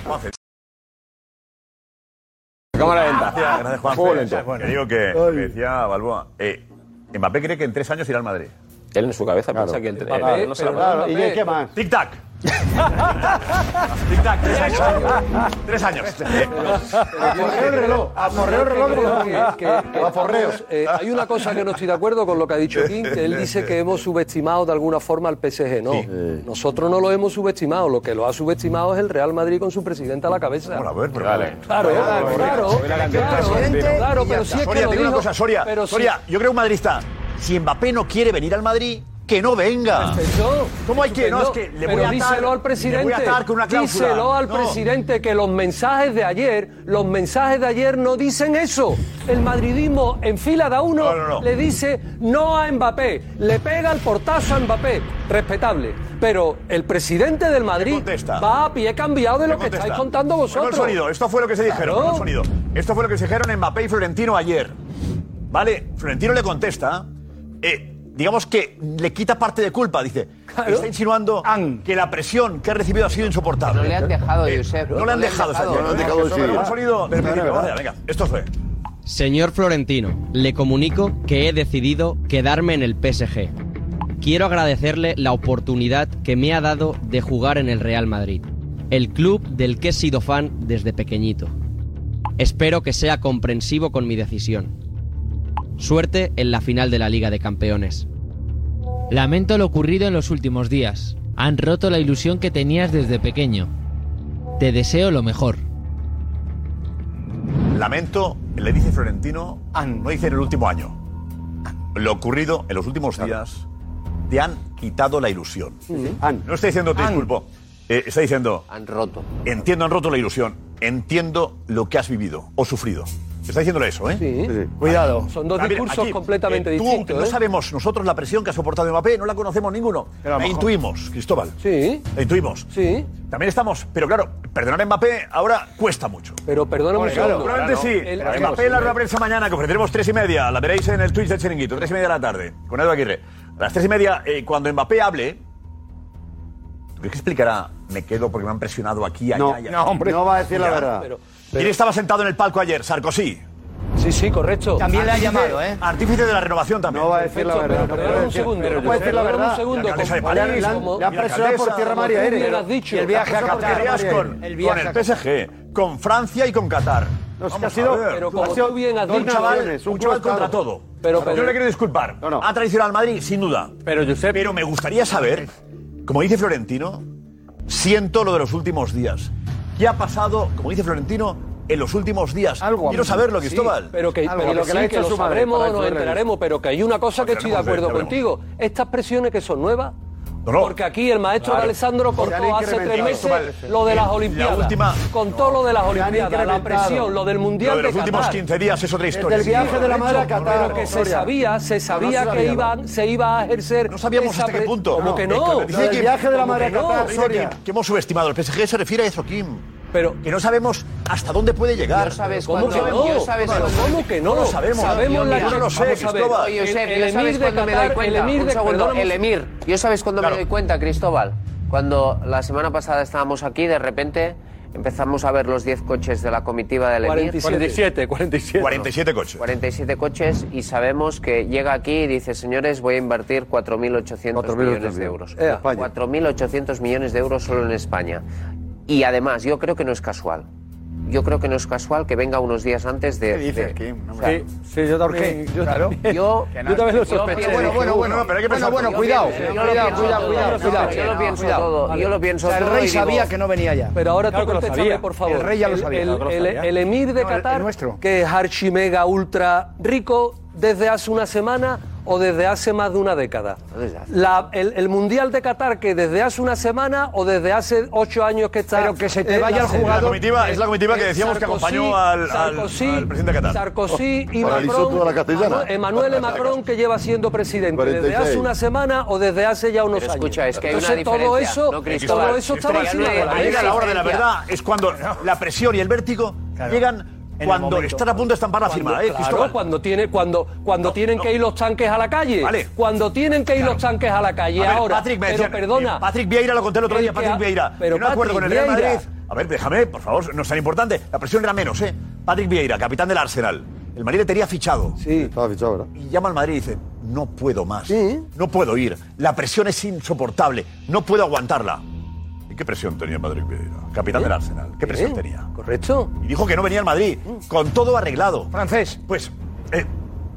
Cámara lenta. Gracias, gracias, Juan. Fuego lento. Que digo que, que decía Balboa, eh, Mbappé cree que en tres años irá al Madrid. Él en su cabeza Claro. piensa que el Mbappé, eh, no se pero la claro, ¿y qué más? Tic-tac. Tic-tac, tres años. Tres años. Aforreo el reloj. Aforreo el reloj. Que- que- que- vamos, eh, hay una cosa que no estoy de acuerdo con lo que ha dicho King, que él dice que hemos subestimado de alguna forma al P S G. No, nosotros no lo hemos subestimado, lo que lo ha subestimado es el Real Madrid con su presidente a la cabeza. Bueno, a ver, pero Claro, claro, Claro, claro, claro, claro, pero si es que Soria, lo te digo una digo, cosa, Soria. pero si- Soria, yo creo un madridista, si Mbappé no quiere venir al Madrid, que no venga. Perfecto. ¿Cómo hay que? No, es Estupendo. que le Pero voy a atar, díselo al le presidente. voy a atar con una cláusula. Díselo al No. presidente que los mensajes de ayer, los mensajes de ayer no dicen eso. El madridismo en fila de a uno No, no, no. le dice no a Mbappé, le pega el portazo a Mbappé, respetable. Pero el presidente del Madrid va a pie cambiado de lo que Contesta. estáis contando Ponme vosotros. el sonido. Esto fue lo que se dijeron. Claro. ponme el sonido. Esto fue lo que se dijeron Mbappé y Florentino ayer. ¿Vale? Florentino le contesta. Eh, digamos que le quita parte de culpa. Dice, está insinuando que la presión que ha recibido ha sido insoportable. No le han dejado, Eh, Josep. No le han dejado. esa No le han dejado Ponme decidir. el sonido del principio. Vamos allá, venga. Esto fue. Señor Florentino, le comunico que he decidido quedarme en el P S G. Quiero agradecerle la oportunidad que me ha dado de jugar en el Real Madrid, el club del que he sido fan desde pequeñito. Espero que sea comprensivo con mi decisión. Suerte en la final de la Liga de Campeones. Lamento lo ocurrido en los últimos días. Han roto la ilusión que tenías desde pequeño. Te deseo lo mejor. Lamento, le dice Florentino, no dice en el último año. Lo ocurrido en los últimos días te han quitado la ilusión. No está diciendo te disculpo. Eh, está diciendo. Han roto. Entiendo, han roto la ilusión. Entiendo lo que has vivido o sufrido. Está diciéndole eso, ¿eh? Sí. Cuidado. Son dos Ah, mira, discursos aquí, completamente eh, tú, distintos. No ¿eh? sabemos nosotros la presión que ha soportado Mbappé, no la conocemos ninguno. Pero a lo La mejor- intuimos, Cristóbal. Sí. La intuimos. Sí. También estamos, pero claro, perdonar a Mbappé ahora cuesta mucho. Pero perdóname un segundo. Probablemente sí. El- Mbappé en la rueda de prensa mañana, que ofreceremos tres y media, la veréis en el Twitch del Chiringuito, tres y media de la tarde, con Edu Aguirre. A las tres y media, eh, cuando Mbappé hable, ¿tú crees que explicará? Me quedo porque me han presionado aquí, allá, No, allá. no, hombre. No va a decir la Ya. verdad. Pero- ¿Quién estaba sentado en el palco ayer? Sarkozy. Sí, sí, correcto. También le ha Artífice- llamado, ¿eh? Artífice de la renovación también. No va a decir la verdad. Pero no puede perdóname un decir- segundo. pero No puede decir la perdóname verdad. un segundo. La alcaldesa de como- le han- París, le han- como- le han y la presionado por alcaldesa, tierra, mar y como tú aire. bien ¿eh? has dicho. Y el viaje a Te Qatar. peleas con, con el P S G, con Francia y con Qatar. No, es que Vamos ha sido- a ver. pero como tú bien has un dicho, chaval, naciones, un un chaval club contra estado. todo. Pero- Yo pero- le quiero disculpar. No, no. Ha traicionado al Madrid, sin duda. Pero, Josep, Pero me gustaría saber, como dice Florentino, siento lo de los últimos días. ¿Qué ha pasado, como dice Florentino, en los últimos días? Quiero saberlo, Sí, Cristóbal. pero que, Algo. pero Y lo que, que le ha sí, hecho que lo su madre sabremos, para nos influirle. enteraremos, pero que hay una cosa que Pues estoy de veremos, acuerdo ya veremos. contigo. Estas presiones que son nuevas, No, no. Porque aquí el maestro Claro. de Alessandro Porque han contó hace tres incrementado. meses lo de las La Olimpiadas. última- Contó lo de las han Olimpiadas, la incrementado. presión, lo del Mundial Lo de los de últimos Qatar. quince días es otra historia. Desde el viaje de la madre a Correcto. Qatar. Pero que se Soria. sabía, se sabía No, no se que sabía. iban, se iba a ejercer. No sabíamos hasta qué punto. ¿Cómo que no? Dice que- ¿cómo que no? Dice Soria. que, que hemos subestimado. El P S G se refiere a eso, Kim. Pero que no sabemos hasta dónde puede llegar. Yo sabes ¿Cómo cuándo- que no? yo sabes Pero cuándo- ¿Cómo que no? No lo sabemos. sabemos la- yo no lo sé, vamos a ver. Cristóbal. Oye, Josep, El- yo el sabes emir de cuándo me Qatar, doy cuenta. el emir Un de- segundo, perdóname. el emir. Yo sabes cuándo me doy cuenta, Cristóbal. Cuando la semana pasada estábamos aquí, de repente empezamos a ver los diez coches de la comitiva del emir. cuarenta y siete, cuarenta y siete. cuarenta y siete coches. cuarenta y siete coches y sabemos que llega aquí y dice, señores, voy a invertir cuatro mil ochocientos millones de euros. Ea. cuatro mil ochocientos millones de euros solo en España. Y además, yo creo que no es casual. Yo creo que no es casual que venga unos días antes de... ¿Qué dices, de- Kim? No me- o sea, Sí, sí, yo también. Yo Claro. también. Yo, Que no- Yo también lo yo sospeché. pienso- Bueno, bueno, bueno, pero hay que pensar bueno, todo. cuidado. Yo Yo lo lo pienso pienso todo. todo. Cuidado, No, cuidado, Yo lo pienso cuidado. todo. Vale. Yo lo pienso O sea, el todo rey y digo- sabía que no venía ya. Pero ahora Claro tú que lo contéstame, sabía. por favor. El rey ya lo El- sabía, El, claro que lo el- sabía. el emir de No, el- Qatar, el nuestro. que es archi mega ultra rico desde hace una semana o desde hace más de una década. La- el, el mundial de Qatar, que desde hace una semana o desde hace ocho años que está. Pero que se te eh, vaya la el serie. jugador- La comitiva, es la comitiva que Eh, decíamos que Sarkozy- acompañó al, al- Sarkozy, al presidente de Qatar. Sarkozy y Paralizó Macron. toda la castellana. Manu- Emmanuel Macron, que lleva siendo presidente cuarenta y desde hace seis. una semana o desde hace ya unos Pero años. escucha, es que hay una Entonces, todo diferencia, eso, ¿no, Cristóbal? todo eso está Cristóbal, encima de la ahí llega mesa. la hora de la verdad. Es cuando la presión y el vértigo llegan el cuando momento. están a punto de estampar la Cuando- firma, ¿eh, claro, Cristóbal? cuando tiene, cuando, cuando tienen que ir los tanques a la calle. Vale. Cuando tienen que ir los tanques a la calle. A ver, ahora. Patrick, me pero decían- perdona. Patrick Vieira, lo conté el otro el día, que Patrick ha- Vieira. pero Yo no acuerdo con el Patrick Real Vieira. Madrid. A ver, déjame, por favor, no es tan importante. La presión era menos, ¿eh? Patrick Vieira, capitán del Arsenal. El Madrid le tenía fichado. Sí. Estaba fichado, ¿verdad? Y llama al Madrid y dice, no puedo más. No puedo ir. La presión es insoportable. No puedo aguantarla. ¿Y qué presión tenía Patrick Vieira? Capitán ¿Eh? del Arsenal. ¿Qué presión ¿Eh? tenía? Correcto. Y dijo que no venía al Madrid. Con todo arreglado. Francés. Pues... eh,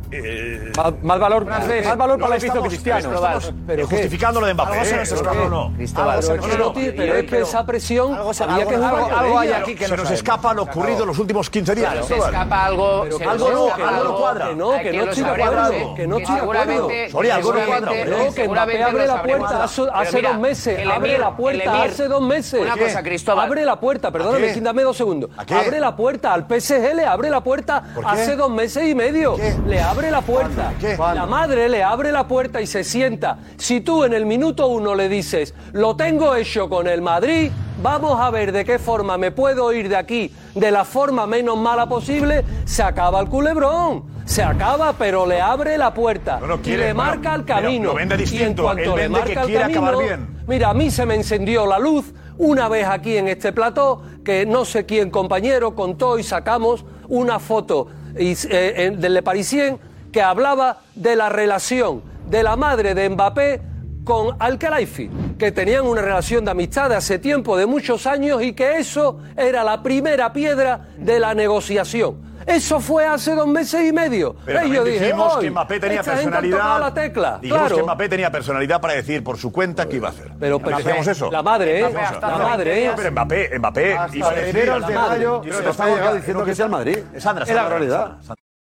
eh, Más, más valor, Francés. más valor no para le el visto estamos- cristiano. no estamos, ¿Pero eh, qué? justificando lo de Mbappé. Algo se ¿eh? nos No, escapa. no, no. Cristóbal, Algo se Pero, nos es que no escapa. tiene- pero es que esa presión Algo se- había que algo- jugar algo- con algo hay ella. aquí que Se no nos sabemos. escapa lo ocurrido los últimos quince días. Se Cristóbal. escapa algo... Pero se que nos algo no, escapa algo no cuadra. Que no, que no lo estoy de sabremos, acuerdo, ¿eh? que no estoy de acuerdo. seguramente- Soria, algo no cuadra, seguramente- hombre. No, que Mbappé seguramente abre lo la sabremos. puerta hace, Pero hace mira, dos meses. el Abre emir- la puerta el emir- hace dos meses. Una ¿Qué? cosa, Cristóbal. Abre la puerta, perdóname, qué? sin dame dos segundos. ¿A qué? Abre la puerta al P S G, le abre la puerta ¿Por qué? hace dos meses y medio. ¿Qué? Le abre la puerta. ¿Qué? La madre le abre la puerta y se sienta. Si tú en el minuto uno le dices, lo tengo hecho con el Madrid, vamos a ver de qué forma me puedo ir de aquí de la forma menos mala posible, se acaba el culebrón. Se acaba, pero le abre la puerta No, no y quiere, le bueno, marca el pero camino. lo vende Y en distinto, cuanto él le vende marca que el quiere camino, acabar bien. mira, a mí se me encendió la luz una vez aquí en este plató, que no sé quién compañero contó y sacamos una foto y, eh, en- del Le Parisien que hablaba de la relación de la madre de Mbappé con Al-Khelaifi, que tenían una relación de amistad de hace tiempo, de muchos años, y que eso era la primera piedra de la negociación. Eso fue hace dos meses y medio. Pero y yo también dije, dijimos "Ay, que Mbappé tenía esta gente ha tocado personalidad. la tecla". Dijimos Claro. que Mbappé tenía personalidad para decir por su cuenta qué iba a hacer. Pero, pero hacíamos eso. la madre, ¿eh? Hacíamos eso. La madre, ¿eh? Pero Mbappé, Mbappé Hasta iba a decir primeros a de la madre. mayo Yo se no está estaba llegado diciendo que sea el Madrid. Sandra, Es la Sandra, realidad. Sandra.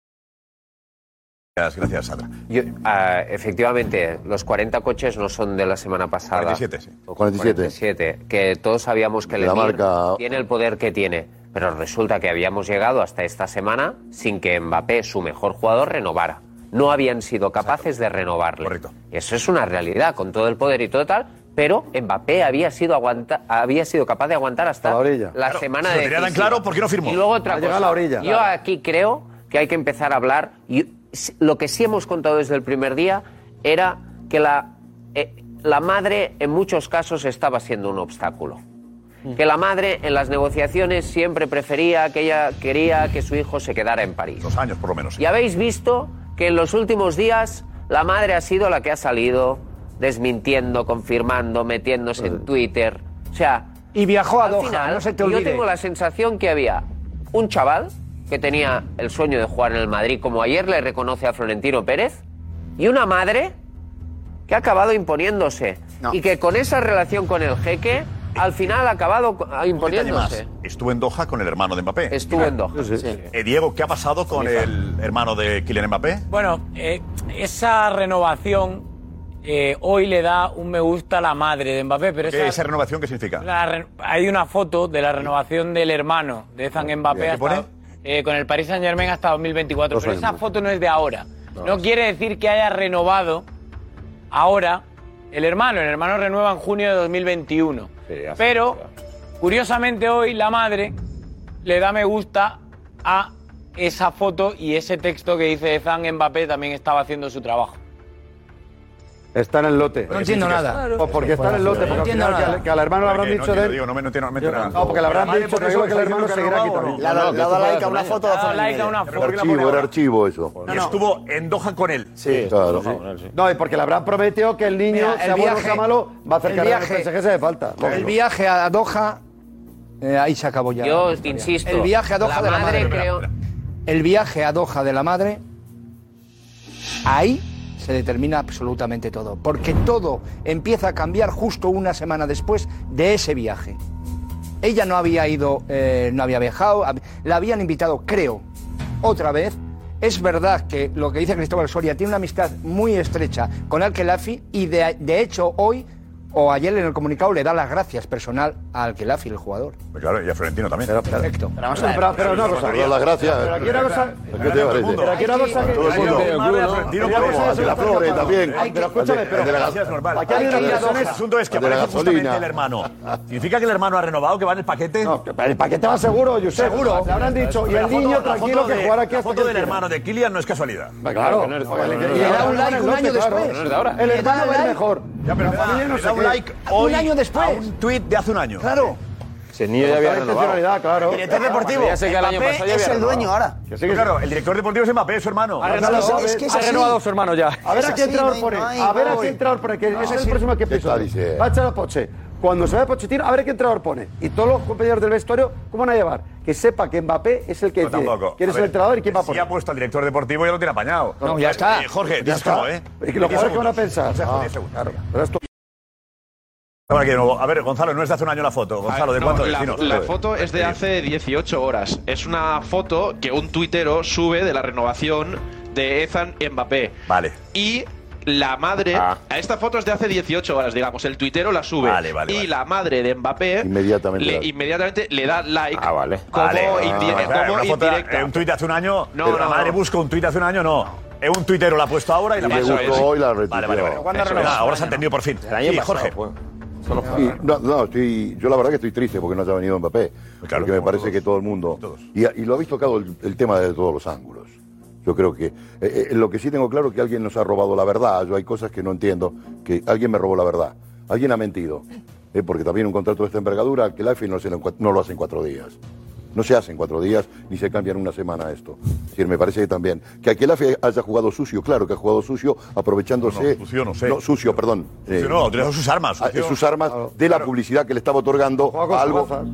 Gracias, gracias, Sandra. Yo, ah, efectivamente, los cuarenta coches no son de la semana pasada. cuarenta y siete, sí. O cuarenta y siete. cuarenta y siete, que todos sabíamos que el La Emir marca- tiene el poder que tiene, pero resulta que habíamos llegado hasta esta semana sin que Mbappé, su mejor jugador, renovara. No habían sido capaces de renovarle. Correcto. Eso es una realidad, con todo el poder y todo tal, pero Mbappé había sido, aguanta, había sido capaz de aguantar hasta A la orilla. la Claro, semana si lo de tenía tan claro, ¿por qué no firmó? Y luego otra Ha llegado cosa. a la orilla. Yo Claro. aquí creo que hay que empezar a hablar. Y lo que sí hemos contado desde el primer día era que la, eh, la madre en muchos casos estaba siendo un obstáculo. Que la madre en las negociaciones siempre prefería que ella quería que su hijo se quedara en París. Dos años por lo menos. sí. Y habéis visto que en los últimos días la madre ha sido la que ha salido desmintiendo, confirmando, metiéndose en Twitter. O sea, Y viajó a al Doha, final, no se te yo olvide. tengo la sensación que había un chaval que tenía el sueño de jugar en el Madrid, como ayer le reconoce a Florentino Pérez, y una madre que ha acabado imponiéndose. No. Y que con esa relación con el jeque, al final ha acabado co- Un detalle imponiéndose. más. Estuvo en Doha con el hermano de Mbappé. Estuvo en Doha. Eh, Diego, ¿qué ha pasado con el hermano de Kylian Mbappé? Bueno, eh, esa renovación eh, hoy le da un me gusta a la madre de Mbappé. Pero ¿Qué, esa, ¿Esa renovación qué significa? la re- hay una foto de la renovación del hermano de Ethan Mbappé ¿Qué hasta, pone? eh, con el Paris Saint-Germain hasta dos mil veinticuatro. Dos Pero años esa más. foto no es de ahora. No quiere decir que haya renovado ahora el hermano. El hermano renueva en junio de dos mil veintiuno. Pero, curiosamente, hoy la madre le da me gusta a esa foto y ese texto que dice Ethan Mbappé también estaba haciendo su trabajo. Está en el lote. No entiendo nada. Pues porque está en el lote, No porque al entiendo final que nada. al- que al hermano le habrán No dicho entiendo, de él. digo, no me no entiendo, no me entiendo nada. No, porque le habrán Madre, dicho por que eso digo que el está hermano diciendo seguirá que quitando. no, Le ha dado- le ha dado like a una foto de hace un like a año. una Pero ¿por qué la Archivo, pone era ahora? archivo eso. Y estuvo en Doha con él. Sí, Claro. No, y porque le habrán prometido que el niño, Mira, el sea bueno o viaje- sea malo, va a hacer el carrera en el viaje- P S G si hace falta. El viaje a Doha, eh, ahí se acabó ya. Yo insisto, El viaje a Doha la de la madre madre. creo- El viaje a Doha de la madre, ahí se determina absolutamente todo. Porque todo empieza a cambiar justo una semana después de ese viaje. Ella no había ido, eh, no había viajado, hab- la habían invitado, creo, otra vez. Es verdad que lo que dice Cristóbal Soria tiene una amistad muy estrecha con Al-Khelafi y de, de hecho hoy o ayer en el comunicado le da las gracias personal a Al-Khelafi, el jugador. Pues claro, y a Florentino también. Perfecto. Pero vamos a ver. Pero, pero una cosa. Pero las gracias. Pero aquí una cosa. ¿Qué te parece? Pero aquí una cosa que. Todo el mundo. Florentino, Una cosa Como es de la una Flores cosa- también. Hay que- Pero escúchame, pero. De la- Gracias, normal. Aquí hay una El razón, es- asunto es que de la aparece justamente gasolina. el hermano. ¿Significa que el hermano ha renovado, que va en el paquete? No, que el paquete va seguro, Josep. Seguro. Le habrán dicho. Y La el foto- niño la tranquilo foto que de- jugará aquí La hasta foto que del quiera. hermano de Kylian no es casualidad. Claro. Le da un like un año después. El hermano es el mejor. Ya, pero La familia no le sé da un qué. like Un hoy año después. a un tuit de hace un año. Claro. Si el niño ya había La renovado. intencionalidad, claro. Director deportivo. Ya sé que el año Mbappé pasado ya es había el dueño renovado. ahora. Que sí, que Pues claro, el director deportivo es Mbappé, es su hermano. Ha renovado, es que es ha así. renovado su hermano ya. A ver Es a qué así, entrenador no pone. hay- A ver a no qué hay. entrenador pone. Que es el próximo que ¿Qué está episodio. diciendo? Va a echar a Poche. Cuando se vaya Pochettino, a ver qué entrenador pone. Y todos los compañeros del vestuario, ¿cómo van a llevar? Que sepa que Mbappé es el que No, decide tampoco. quién A es el ver, entrenador y quién va a Si poner. ha puesto al director deportivo, ya lo tiene apañado. No, ya está. Eh, Jorge, Ya dices está. cómo, ¿eh? Y que los diez jugadores que van a segundos. pensar. Consejo, Ah, diez segundos. claro. Pero esto. Ahora aquí de nuevo. A ver, Gonzalo, no es de hace un año la foto. Gonzalo, ¿de No, cuánto la, es? Dinos. la foto es de hace dieciocho horas. Es una foto que un tuitero sube de la renovación de Ethan Mbappé. Vale. Y la madre... Ah. A esta foto es de hace dieciocho horas, digamos. El tuitero la sube. Vale, vale, y vale. la madre de Mbappé Inmediatamente le, la- inmediatamente le da like Ah, vale. como, Vale. indi- Ah, claro, como una foto, indirecta. eh, un tuit de hace un año. No, pero la no, madre no. busca un tuit de hace un año, no. Es un tuitero la ha puesto ahora y la Y le pasa. gustó hoy la Vale, vale, vale. retuiteó. ¿Cuándo ha Eso renovado? es. Ahora se ha entendido por fin. El año Sí, pasado Jorge. fue. Y, no, no, estoy, yo la verdad que estoy triste porque no haya venido Mbappé. Claro, porque me como parece todos. que todo el mundo. Todos. Y, y lo habéis tocado el, el tema de todos los ángulos. Yo creo que. eh, eh, lo que sí tengo claro es que alguien nos ha robado la verdad. Yo hay cosas que no entiendo. Que alguien me robó la verdad. Alguien ha mentido. Eh, porque también un contrato de esta envergadura, que la F I no, se lo, en cua- no lo hace en cuatro días. No se hace en cuatro días ni se cambia en una semana esto. Es decir, me parece que también. Que Aquelafi haya jugado sucio, claro que ha jugado sucio, aprovechándose. No, no, sucio no sé. No, sucio, perdón. Sucio no, utilizó sus armas, ah, sucio. sus armas de la publicidad que le estaba otorgando Juega con a algo. fuerzas.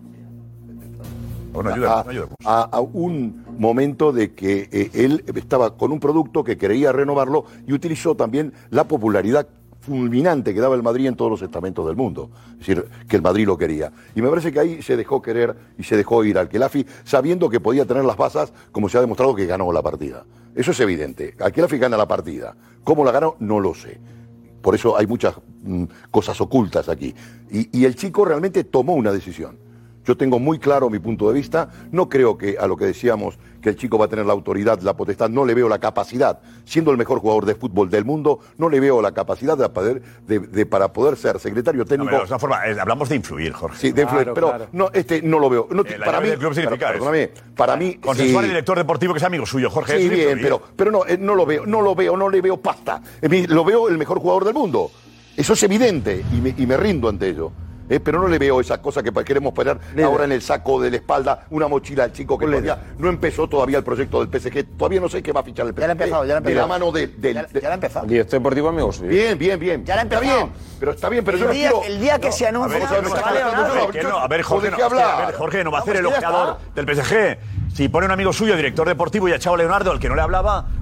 Bueno, ayuda, a, ayuda. a- a un momento de que eh, él estaba con un producto que quería renovarlo y utilizó también la popularidad fulminante que daba el Madrid en todos los estamentos del mundo. Es decir, que el Madrid lo quería. Y me parece que ahí se dejó querer y se dejó ir al Khelafi sabiendo que podía tener las basas, como se ha demostrado que ganó la partida. Eso es evidente. Al Khelafi gana la partida. ¿Cómo la ganó? No lo sé. Por eso hay muchas mm, cosas ocultas aquí. Y, y el chico realmente tomó una decisión. Yo tengo muy claro mi punto de vista. No creo que a lo que decíamos, que el chico va a tener la autoridad, la potestad, no le veo la capacidad. Siendo el mejor jugador de fútbol del mundo, no le veo la capacidad de poder, de, de- para poder ser secretario No, técnico. pero de todas formas, eh, hablamos de influir, Jorge. Sí, de influir, pero no, este no lo veo. No, Eh, la para llave mí, del club significa pero, eso. perdóname, para mí, Consensuar sí. el director deportivo que sea amigo suyo, Jorge. Sí, eso es bien, influir. pero, pero no, eh, no lo veo, no lo veo, no le veo pasta. Eh, mi- Lo veo el mejor jugador del mundo. Eso es evidente y me, y me rindo ante ello. Eh, pero no le veo esa cosa que pa- queremos poner ahora en el saco de la espalda, una mochila al chico que todavía no empezó todavía el proyecto del P S G. Todavía no sé qué va a fichar el P S G. Ya lo ha empezado, ya lo ha De la empezado. mano de, del- Ya, de- ya lo ha empezado. Director deportivo, amigos. Bien, bien, bien. Ya lo ha Está empezado. bien, pero está bien, pero El yo no día- quiero... el día que no, se anuncia, vamos a ver, no me se está vale faltando hablar. yo, Que yo- no, a ver, Jorge, ¿de no, qué es que, a hablar? ver, Jorge no va a No, hacer el pues ya ojeador está. del P S G. Si pone un amigo suyo, director deportivo, y ha echado a Leonardo, al que no le hablaba,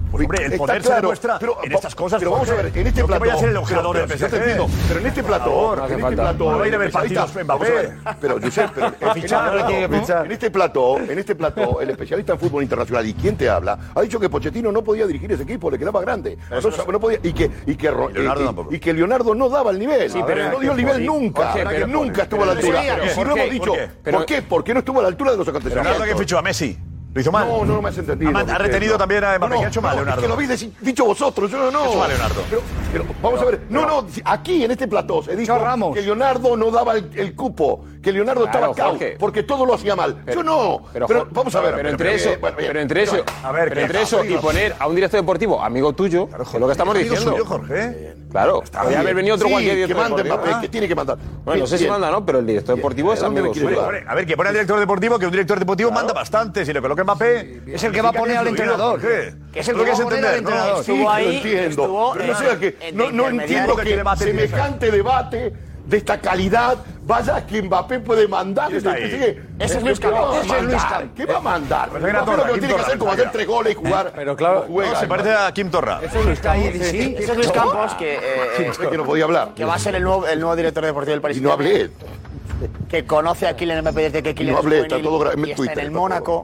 Pues, hombre, el Está poder se claro, demuestra pero, en estas cosas. Pero vamos a ver, en este no plató. que vaya a ser el ojeador pero, del pero, P S G. yo te entiendo, pero en este plató. No hace en este falta. plató. No va a ir a ver el partidos especialista- Mbappé. Vamos a ver, pero Josep, pero Que fichar, en, tiene que este, fichar. en este plató, en este plató, el especialista en fútbol internacional y quién te habla ha dicho que Pochettino no podía dirigir ese equipo, le quedaba grande. No, Eso no, no podía y que y que, Ro- Leonardo y- tampoco. y que Leonardo no daba el nivel. Sí, pero- no dio el nivel sí, nunca. Jorge, que pero- nunca estuvo a la pero- altura. pero- Y si ¿por lo qué? hemos dicho, ¿Por qué? ¿por qué? Porque no estuvo a la altura de los acontecimientos. Leonardo que fichó a Messi. ¿Lo hizo mal? No, no, no me has entendido. Ha, man- ha José, retenido no. también a Mbappé. No, ¿Qué ha hecho mal, no, Leonardo? Es que lo habéis deci- dicho vosotros, yo no, no. ¿Qué ha hecho mal, Leonardo? Pero, pero vamos a ver, no, no, aquí en este plató se dijo que Leonardo no daba el, el cupo, que Leonardo Claro, estaba cao, Jorge. porque todo lo hacía mal. Pero- yo no. Pero, Pero, Jorge, vamos a ver. Pero entre pero, eso, bueno, bien. pero entre eso, A ver, pero ¿qué entre pasa, eso y amigos? poner a un director deportivo amigo tuyo, que es lo que estamos amigo diciendo. suyo, Jorge. Claro, podría haber venido otro Sí, cualquier que director mande deportivo. Mbappé, que tiene que mandar. Bueno, no sé si Bien. manda, ¿no? Pero el director deportivo es ¿dónde me amigo quiere suyo. llevar? A ver, que pone al director deportivo, que un director deportivo manda bastante. Si le coloca Mbappé, Es el que va a poner al entrenador. Que es el que va a poner al entrenador. Sí, que lo entiendo. Pero no sea que no, no entiendo que semejante debate de esta calidad vaya a que Mbappé puede mandar. está ahí? Ese es Luis Campos. Ese es Luis Campos. ¿Qué va a mandar? Pues venga, Mbappé Torra, lo que Kim tiene que Torra, hacer como venga. hacer tres goles y jugar. Pero claro, como juega. se parece a Kim Torra. Ese es Luis Campos. Sí, Ese es Luis Campos, que, eh, eh, Es que no podía hablar. que va a ser el nuevo, el nuevo director deportivo del Paris Y no hablé. que conoce a Kylian Mbappé desde que Kylian No es hablé, está juvenil todo gra- en y está Twitter, en el por Mónaco.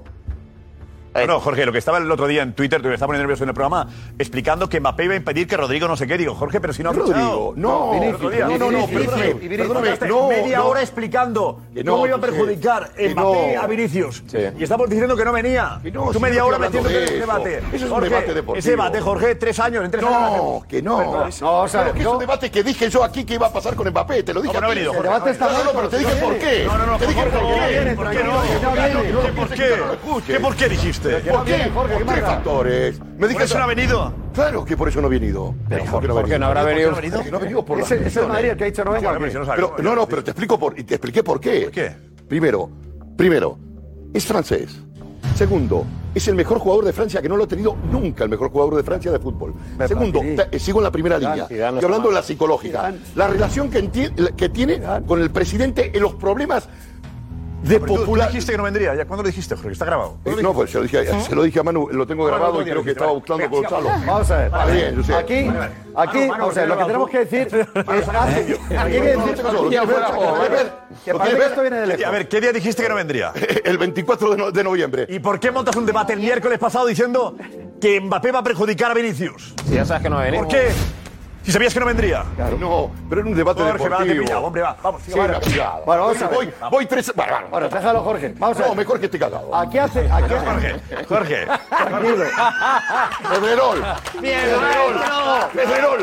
No, no, Jorge, lo que estaba el otro día en Twitter, te me estaba poniendo nervioso en el programa, explicando que Mbappé iba a impedir que Rodrigo no sé qué. Digo, Jorge, pero si no ha Rodrigo, fichado. no, el Vinicius, otro día. no, no, no, Vinicius, perdóname, Vinicius. perdóname, Pasaste no, media no. hora explicando Que no, cómo iba a que- perjudicar que Mbappé no. a Vinicius. Sí. Y estamos diciendo que no venía. Que no, Tú si media no hora estoy hablando metiéndote en de ese eso. debate. Eso es un Jorge, debate deportivo. Ese debate, Jorge, tres años, en tres años. No, que no. Perdón. No, o sea, que es un debate que dije yo aquí que iba a pasar con Mbappé. Te lo dije. No, no ha a ti. venido, El Jorge. debate está No, no, muerto, pero te dije por qué. No, no, no, Te dije Jorge, por no, qué. ¿por qué no? ¿Por ¿Por qué? qué? ¿Qué por qué dijiste? ¿Por qué? ¿Por qué factores? Me ¿Por dije eso no ha venido? Claro que por eso no ha venido. Pero ¿por qué no ha Porque no habrá venido. Porque no ha venido por las Ese ese es lesiones. Madrid el que ha dicho no venga. Bueno, pero si no sabes. Pero, no, no, pero te explico por, y te expliqué por qué. ¿Por qué? Primero, primero, es francés. Segundo, es el mejor jugador de Francia, que no lo ha tenido nunca el mejor jugador de Francia de fútbol. Segundo, ta- eh, sigo en la primera línea. Zidane no Estoy hablando está de la psicológica. La relación que, enti- que tiene con el presidente en los problemas de Pero tú- tú popular. dijiste que no vendría. ¿Ya cuándo lo dijiste, Jorge? Está grabado. Eh, No, pues se lo, dije, se lo dije a Manu, lo tengo grabado y creo que estaba buscando con Gonzalo. Vamos a ver. Vale, bien, yo sé. Aquí, aquí, vamos a ver, lo que tenemos que decir es hace, aquí hay que decir ¿Lo quieres ver? ¿Lo quieres ver? que ¿Lo parece quieres que ver? esto viene de lejos. A ver, ¿qué día dijiste que no vendría? El veinticuatro de, no- de noviembre. ¿Y por qué montas un debate el miércoles pasado diciendo que Mbappé va a perjudicar a Vinicius? Si ya sabes que no va a venir. ¿Por qué? Si sabías que no vendría. No, pero era un debate Jorge, va, te he deportivo. pillado, hombre, va. Vamos, Sí, sigue, me va. ha pillado. Bueno, vamos a ver. Voy, voy tres... Bueno, bueno. Bueno, déjalo, Jorge. Vamos a ver. No, mejor que esté cagado. Aquí hace, aquí hace. Jorge, Jorge. Tranquilo. Pedrerol. Bien, Pedrerol. maestro. Pedrerol.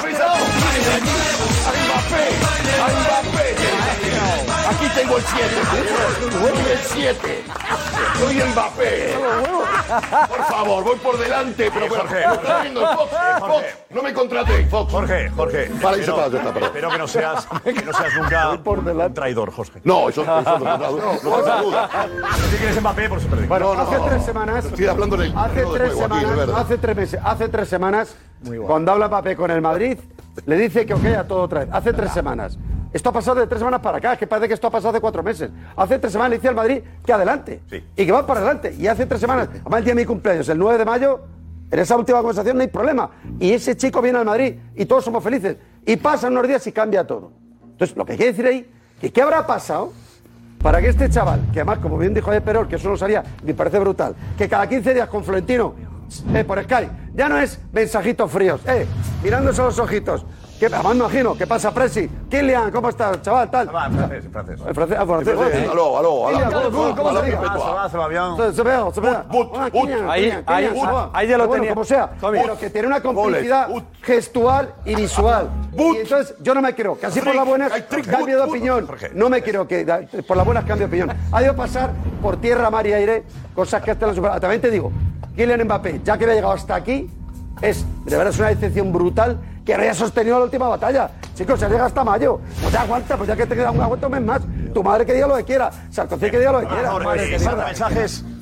¡A Mbappé! ¡A Mbappé! Aquí tengo el siete. Voy el siete. Soy Mbappé. Por favor, voy por delante, pero bueno, Jorge, lo está viendo en Fox. Fox, no me contraté, Fox. Jorge, Jorge. Vale, espero- se pasa, ya está, perdón. Espero que no seas, que no seas nunca un traidor, Jorge. No, eso, eso no, no, no, no tengo duda. Si quieres Mbappé, por supuesto. Bueno, No, hace no. tres semanas. Estoy hablando del Hace terreno de tres juego aquí, de semanas, verdad. hace tres meses, hace tres semanas, cuando habla Mbappé con el Madrid, le dice que ok a todo otra vez. Hace tres semanas. Esto ha pasado de tres semanas para acá, que parece que esto ha pasado de cuatro meses. Hace tres semanas le dice al Madrid que adelante. Sí. Y que va para adelante. Y hace tres semanas, además el día de mi cumpleaños, el nueve de mayo, en esa última conversación no hay problema. Y ese chico viene al Madrid y todos somos felices. Y pasan unos días y cambia todo. Entonces, lo que quiere decir ahí, que qué habrá pasado para que este chaval, que además, como bien dijo ayer Perol, que eso no salía, me parece brutal, que cada quince días con Florentino, eh, por Skype, ya no es mensajitos fríos, eh, mirándose a los ojitos. Que, además me imagino, ¿qué pasa, Presi? Kylian, ¿cómo estás, chaval? Tal. Va, en francés, en francés. En francés, ah, francés, francés, joder. aló, aló, aló. Kylian, ¿cómo- cómo- cómo Aló, se dice? respeto. Ça va, ça va bien. Se, se ve, se ve. But, Hola, but, Kylian, ahí- Kylian, ahí- Kylian, ahí- va. ahí ya lo Bueno, tenía. como sea, Javi. pero que tiene una complicidad But. gestual y visual. Y entonces yo no me creo que así por las buenas Hay trick, cambio de but, but. opinión. Jorge. No me creo que da- por las buenas cambio de opinión. Ha ido pasar por tierra, mar y aire cosas que hasta la superan. También te digo, Kylian Mbappé, ya que había llegado hasta aquí, es de verdad es una decepción brutal que no haya sostenido la última batalla. Chicos, se llega hasta mayo. Pues ya aguanta, pues ya que te queda un aguanta un mes más. Tu madre que diga lo que quiera. Sarkozy que diga lo que quiera. Jorge, Madre que manda mierda. mensajes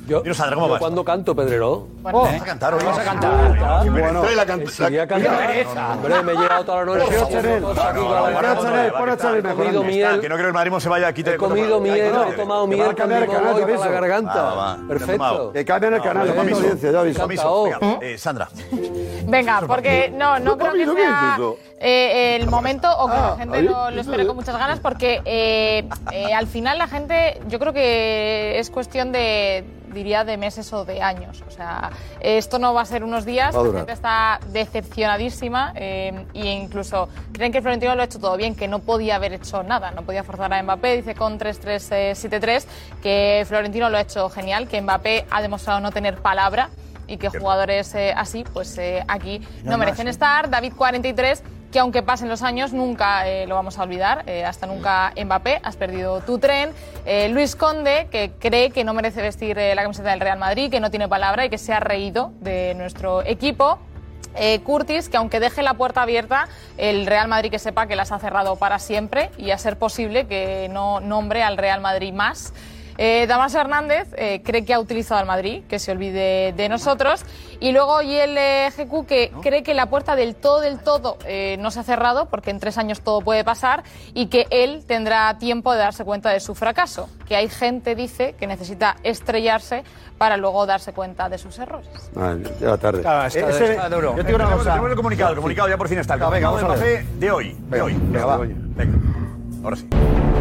Yo, Dinos, Sandra, ¿cómo yo vas? cuando canto, Pedrero. Bueno, Vas a cantar hoy. Vas a cantar. Bueno, trae la can- Sí, a cantar. Hombre, me he llegado toda la noche. Por favor, Chanel. Cosas aquí No, con la no, no, garganta. no, no, no, Pon a Chanel He mejor. comido miel. Que no creo que el Madrid se vaya aquí. He comido miel, he tomado miel con limón para la garganta. Perfecto. Que cambien el canal de permiso. audiencia, ya aviso. Permiso. Venga, eh, Sandra. Venga, porque no, no creo que sea eh, el momento o que la gente lo, lo espere con muchas ganas, porque eh, eh, al final la gente, yo creo que es cuestión de, diría, de meses o de años. O sea, esto no va a ser unos días, la gente está decepcionadísima eh, e incluso creen que Florentino lo ha hecho todo bien, que no podía haber hecho nada, no podía forzar a Mbappé, dice con tres tres siete tres que Florentino lo ha hecho genial, que Mbappé ha demostrado no tener palabra y que jugadores eh, así, pues eh, aquí no, no merecen más, estar. David cuarenta y tres, que aunque pasen los años, nunca eh, lo vamos a olvidar, eh, hasta nunca Mbappé, has perdido tu tren. Eh, Luis Conde, que cree que no merece vestir eh, la camiseta del Real Madrid, que no tiene palabra y que se ha reído de nuestro equipo. Eh, Curtis, que aunque deje la puerta abierta, el Real Madrid que sepa que las ha cerrado para siempre y a ser posible que no nombre al Real Madrid más. Eh, Damaso Hernández eh, cree que ha utilizado al Madrid, que se olvide de nosotros. Y luego y el eh, G Q, que ¿no? cree que la puerta del todo, del todo eh, no se ha cerrado, porque en tres años todo puede pasar y que él tendrá tiempo de darse cuenta de su fracaso. Que hay gente, dice, que necesita estrellarse para luego darse cuenta de sus errores. Ah, ya tarde. Claro, está, Ese, está duro. Yo te digo una cosa. Tenemos el comunicado, el comunicado ya por fin está. El Venga, comunicado vamos a del ver. Mbappé de hoy. De hoy. Venga, va. Venga, ahora sí.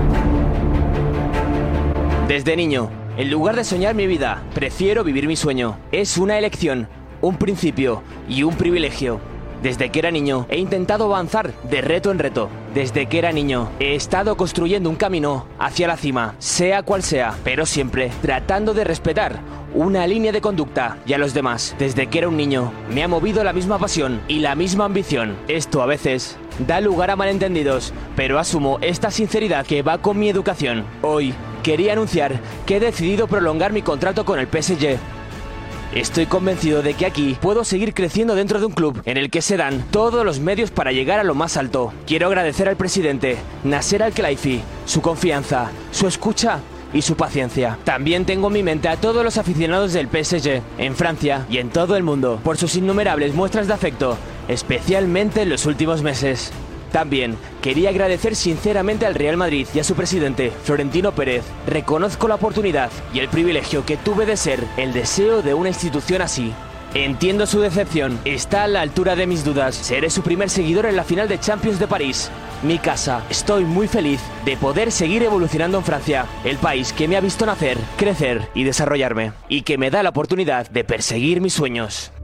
Desde niño, en lugar de soñar mi vida, prefiero vivir mi sueño. Es una elección, un principio y un privilegio. Desde que era niño, he intentado avanzar de reto en reto. Desde que era niño, he estado construyendo un camino hacia la cima, sea cual sea, pero siempre tratando de respetar una línea de conducta y a los demás. Desde que era un niño, me ha movido la misma pasión y la misma ambición. Esto a veces da lugar a malentendidos, pero asumo esta sinceridad que va con mi educación. Hoy quería anunciar que he decidido prolongar mi contrato con el P S G. Estoy convencido de que aquí puedo seguir creciendo dentro de un club en el que se dan todos los medios para llegar a lo más alto. Quiero agradecer al presidente Nasser Al-Khelaifi su confianza, su escucha y su paciencia. También tengo en mi mente a todos los aficionados del P S G en Francia y en todo el mundo por sus innumerables muestras de afecto, especialmente en los últimos meses. También quería agradecer sinceramente al Real Madrid y a su presidente, Florentino Pérez. Reconozco la oportunidad y el privilegio que tuve de ser el deseo de una institución así. Entiendo su decepción, está a la altura de mis dudas. Seré su primer seguidor en la final de Champions de París. Mi casa. Estoy muy feliz de poder seguir evolucionando en Francia, el país que me ha visto nacer, crecer y desarrollarme, y que me da la oportunidad de perseguir mis sueños.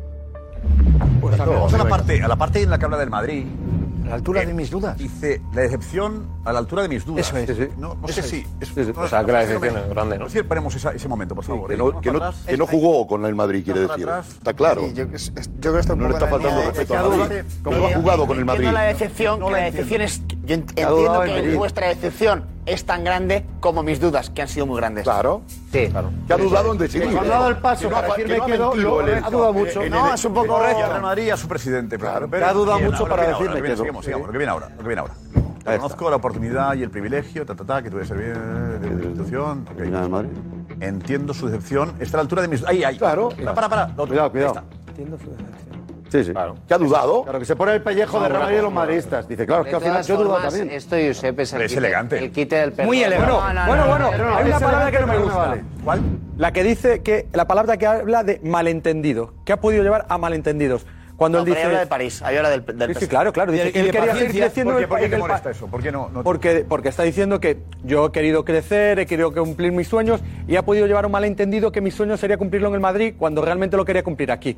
Pues vamos a la parte, a la parte en la que habla del Madrid. A la altura eh, de mis dudas. Dice, la decepción a la altura de mis dudas. Eso es. Sí, sí. No, no sé Eso si... es. Es, Sí, sí. no, O sea, que la decepción no, es grande, ¿no? No sé si paremos esa, ese momento, por favor. Que ¿eh? no, Vamos que no, para atrás. que no jugó con el Madrid, quiere Vamos decir. para atrás. Está claro. Sí, yo, yo creo que está un No le poco está en la faltando línea de- respeto de a que Madrid. duda- ¿Cómo ha jugado con el Madrid? Entiendo la decepción, No que la la entiendo. decepción es... Yo ent- ha dudado entiendo en que Madrid. vuestra decepción es tan grande como mis dudas, que han sido muy grandes. Claro. Sí. Claro. Que ha dudado en decidir. Cuando ha dado el paso Que no ha- para que decirme no ha que no, mentido luego el- ha dudado mucho. en No, el- es un poco... Correcto. Real Madrid a su presidente. Claro. Pero Ha dudado bien, mucho ahora, para lo que viene decirme ahora, lo que que viene, no. Sigamos, sigamos, lo que viene ahora. Lo que viene ahora. está. Reconozco la oportunidad y el privilegio, ta, ta, ta, que tuve de servir de la institución. ok. Nada, Madrid. Entiendo su decepción. Está a la altura de mis... Ahí, ahí. Claro. Para, para, para. Lo otro. Cuidado, cuidado. Ahí está. Entiendo su decepción. Sí, sí. Claro. Que ha dudado. Claro, que se pone el pellejo de Real Madrid de los madridistas. Dice, claro, es que al final yo he dudado también. Esto, Josep, es el, Es quite, elegante. el quite del perdón. Muy elegante. No, no, Bueno, no, bueno, no, no, hay una ese palabra que no me no me gusta. vale. ¿Cuál? La que dice que la palabra que habla de malentendido, que ha podido llevar a malentendidos. Cuando No, él pero dice ahí habla de París, ahí habla del, del Sí, sí, P S G. claro, claro. Dice Y que de él quería seguir paciencia, creciendo ¿por qué- en por qué el te pa- molesta eso? ¿Por qué no- no te- porque, porque está diciendo que yo he querido crecer, he querido cumplir mis sueños y ha podido llevar un malentendido que mi sueño sería cumplirlo en el Madrid cuando realmente lo quería cumplir aquí.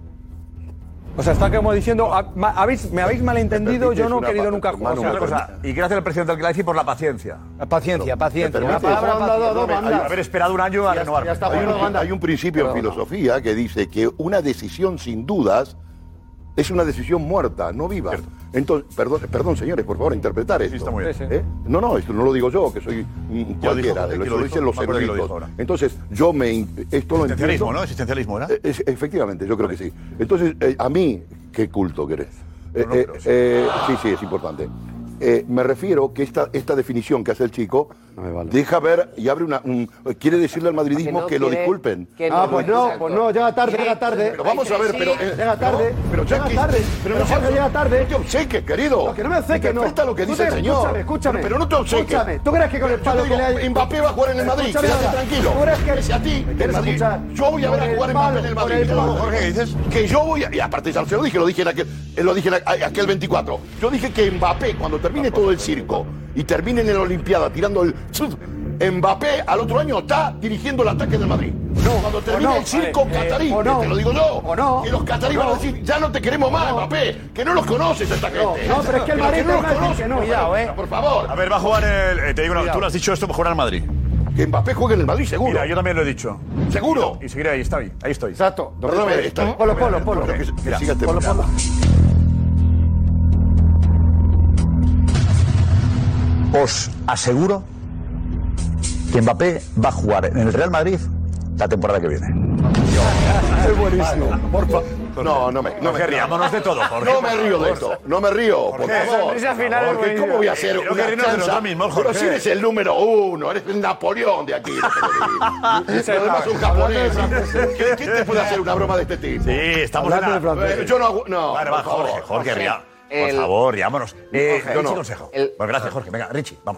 O sea, está como diciendo, "Ah, ma- habéis, me habéis malentendido, yo no he querido nunca jugar". O sea, Una cosa, y gracias al presidente Alcalaifi por la paciencia. Paciencia, paciencia. Me La permite. palabra Juan dado dos paciencia. bandas. Haber esperado un año a Ya- renovar. ya está Hay jugando un, banda. hay un principio en Perdón. filosofía que dice que una decisión sin dudas es una decisión muerta, no viva. Entonces, perdón, perdón, señores, por favor, interpretar esto. Sí, está muy bien. Sí, sí. ¿Eh? No, no, esto no lo digo yo, que soy mm, cualquiera, dijo, de lo, ¿quién lo lo dicen dijo? los Me acuerdo que lo dijo eruditos. ahora. Entonces, yo me in- esto lo Existencialismo, entiendo. ¿no? Existencialismo, ¿era? Eh, es- efectivamente, yo creo que sí. Entonces, eh, a mí, qué culto que eres. Eh, No, no, eh, pero sí. eh, sí, sí, es importante. Eh, me refiero que esta, esta definición que hace el chico Deja ver y abre una. Un, quiere decirle al madridismo que, no que lo disculpen. Que no, ah, pues no, pues no, llega tarde, llega tarde. Pero vamos a ver, pero. Eh, llega tarde. No, pero llega tarde. Pero no Jorge llega tarde. No te obseques, querido. No, que no me obseques, no. Respeta lo que dice el señor. Escúchame, escúchame. Pero no te obseques. Escúchame. ¿Tú crees que con el palo que le hay. Mbappé va a jugar en el Madrid, quédate tranquilo. ¿Tú crees que. Si a ti, el Madrid. Yo voy a ver a jugar Mbappé en el Madrid. Jorge, ¿qué dices? Que yo voy a. Y aparte, ya se lo dije, lo dije en aquel, lo dije en aquel veinticuatro. Yo dije que Mbappé, cuando termine todo el circo y termine en la Olimpiada tirando el. Mbappé al otro año está dirigiendo el ataque del Madrid. No, cuando termine no, el circo vale, catarí, eh, no, te lo digo yo, o no, que los catarí no, van a decir, ya no te queremos más, no, Mbappé, que no los conoces esta gente. No, no pero es que el Madrid no los conoce. No, cuidado, eh. Por favor. A ver, va a jugar el. Eh, te digo, no, tú lo has dicho esto, va a jugar al Madrid. Que Mbappé juegue en el Madrid, seguro. Mira, yo también lo he dicho. ¿Seguro? Y seguiré ahí, está ahí, ahí estoy. Exacto. Perdóname, está. Polo, polo, polo. Mira, polo, polo. Os aseguro que Mbappé va a jugar en el Real Madrid la temporada que viene. Es buenísimo. Por favor. No, no me, no me riámonos de todo, Jorge. No me río de esto, no me río, por favor. Porque ¿cómo voy a hacer una chanza? Pero si eres el número uno, eres el Napoleón de aquí. Además un japonés. ¿Quién te puede hacer una broma de este tipo? Sí, estamos en la... Yo no hago... No, vale, va, Jorge, Jorge, ría. Por favor, riámonos. Eh, Richie, consejo. Pues gracias, Jorge. Venga, Richie, vamos.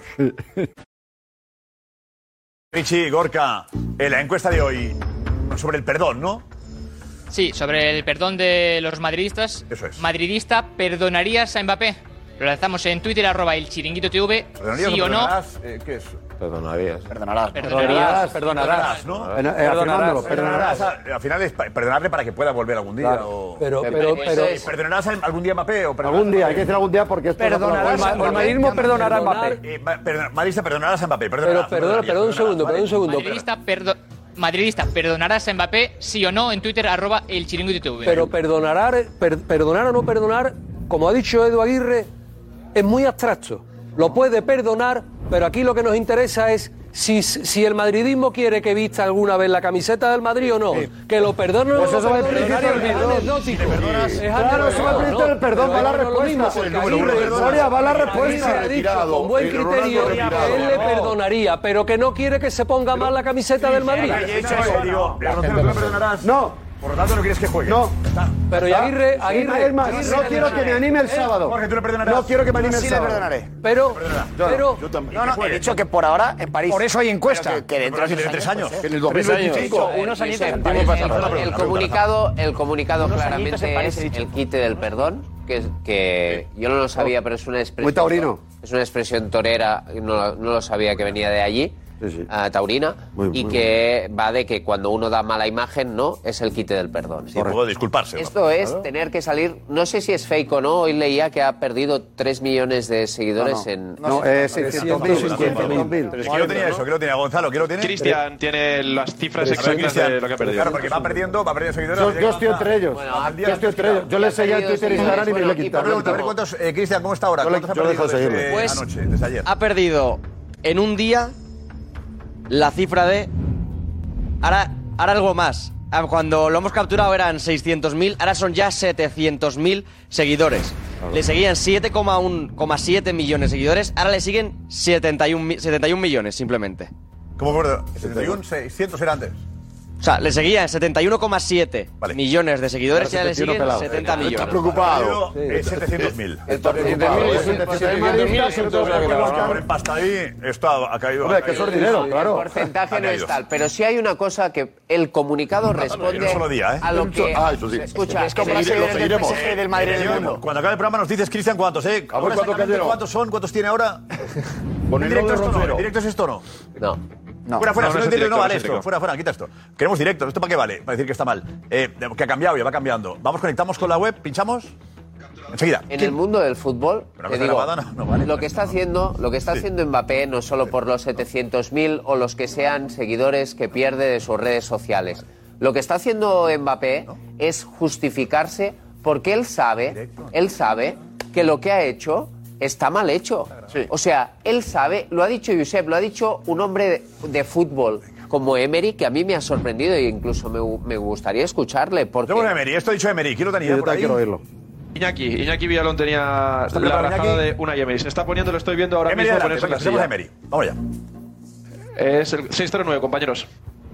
Richie, Gorka, en la encuesta de hoy sobre el perdón, ¿no? Sí, sobre el perdón de los madridistas. Eso es. Madridista, ¿perdonarías a Mbappé? Lo lanzamos en Twitter, arroba el chiringuito T V. ¿Sí o no? Eh, ¿Qué es? Perdonarías. Perdonarás. Perdonarás. Perdonarás, ¿no? Perdonarás. Perdonarás. Al final es perdonarle para que pueda volver algún día. O... Pero, pero, pero. ¿Perdonarás algún día a Mbappé? O algún día, hay que decir algún día porque es perdonarás. O el madridismo perdonará a Mbappé. Eh, Madridista, perdonarás a Mbappé. Pero, perdón, perdón un segundo, perdón un segundo. Madridista, perdón. Madridista, ¿perdonarás a Mbappé? Sí o no, en Twitter, arroba el chiringuito T V. Pero perdonar, per, perdonar o no perdonar, como ha dicho Edu Aguirre, es muy abstracto. Lo puede perdonar, pero aquí lo que nos interesa es si, si el madridismo quiere que vista alguna vez la camiseta del Madrid o no. Sí. Que lo perdone o no. Pues eso va a principio del perdón. Si te perdonas, es claro, eso va a principio del perdón, va la respuesta. Soria, va la respuesta. Con buen criterio, él le perdonaría, pero que no quiere que se ponga mal la camiseta del Madrid. No. Por lo tanto, no quieres que juegue. No. Pero y Aguirre, Aguirre, Aguirre, Aguirre no quiero que me anime el sábado. Jorge, tú le perdonarás. No quiero que me anime el sí sábado. Sí le perdonaré. Pero, yo, pero... Yo también. No, no, he dicho que por ahora en París. Por eso hay encuesta. Que, que dentro de tres años. Pues, en el dos mil veinticinco. Unos años en París. El, el comunicado, el comunicado claramente es el quite del perdón, que, que yo no lo sabía, pero es una expresión... Muy taurino. Es una expresión torera, no, no lo sabía que venía de allí. Sí, sí. Uh, taurina muy, y muy que bueno. Va de que cuando uno da mala imagen no es el quite del perdón. Sí, puedo disculparse. Esto ¿no? es claro. tener que salir, no sé si es fake o no, hoy leía que ha perdido tres millones de seguidores no, no. en... No, es seiscientos mil. Pero es que yo tenía eso, ¿qué lo tenía Gonzalo? ¿Qué lo tiene? Cristian tiene las cifras exactas de lo que ha perdido. Claro, porque va perdiendo, va perdiendo seguidores. Yo, yo estoy entre ellos. Bueno, yo estoy entre ellos. Yo le seguía en Twitter, Instagram y me lo he quitado. A ver cuántos, Cristian, ¿cómo está ahora? Yo le dejo de seguirme. Pues ha perdido en un día la cifra de... Ahora, ahora algo más. Cuando lo hemos capturado eran seiscientos mil, ahora son ya setecientos mil seguidores. Claro. Le seguían siete coma siete millones de seguidores, ahora le siguen setenta y un millones simplemente. ¿Cómo acuerdo? setenta y uno, seiscientos era antes. O sea, le seguían setenta y uno coma siete vale. millones de seguidores y ya le siguen pelado. setenta millones. Está preocupado. setecientos mil. Está preocupado. Por pasta ahí, esto ha caído. Hombre, que eso es dinero, claro. El porcentaje no es tal, pero sí hay una cosa que el comunicado responde a lo que... Ah, eso sí. Escucha, es como la serie del P S G del Madrid en el mundo. Cuando acabe el programa nos dices, Cristian, ¿cuántos, eh? ¿Cuántos son? ¿Cuántos tiene ahora? ¿Directo esto no? ¿Directo es esto no? No. No, fuera, fuera, no, no, no no, directo, no vale no esto. directo. Fuera, fuera, quita esto. Queremos directo. ¿Esto para qué vale? Para decir que está mal. Eh, que ha cambiado, ya va cambiando. Vamos, conectamos con la web, pinchamos. Enseguida. En el mundo del fútbol, te digo, grabada, no, no vale, lo que está haciendo, lo que está sí. haciendo Mbappé no solo por los setecientos mil o los que sean seguidores que pierde de sus redes sociales. Lo que está haciendo Mbappé ¿no? es justificarse porque él sabe, directo. él sabe que lo que ha hecho está mal hecho. Sí. O sea, él sabe, lo ha dicho Josep, lo ha dicho un hombre de, de fútbol como Emery, que a mí me ha sorprendido e incluso me, me gustaría escucharle. Porque... Yo Emery, esto ha dicho Emery, ¿quién lo tenía? Yo también quiero oírlo. Iñaki, Iñaki Villalón tenía la rajada de una Emery. Se está poniendo, lo estoy viendo ahora Emery mismo. Ponerse en la Emery. Vamos ya. Es el seis cero nueve, compañeros.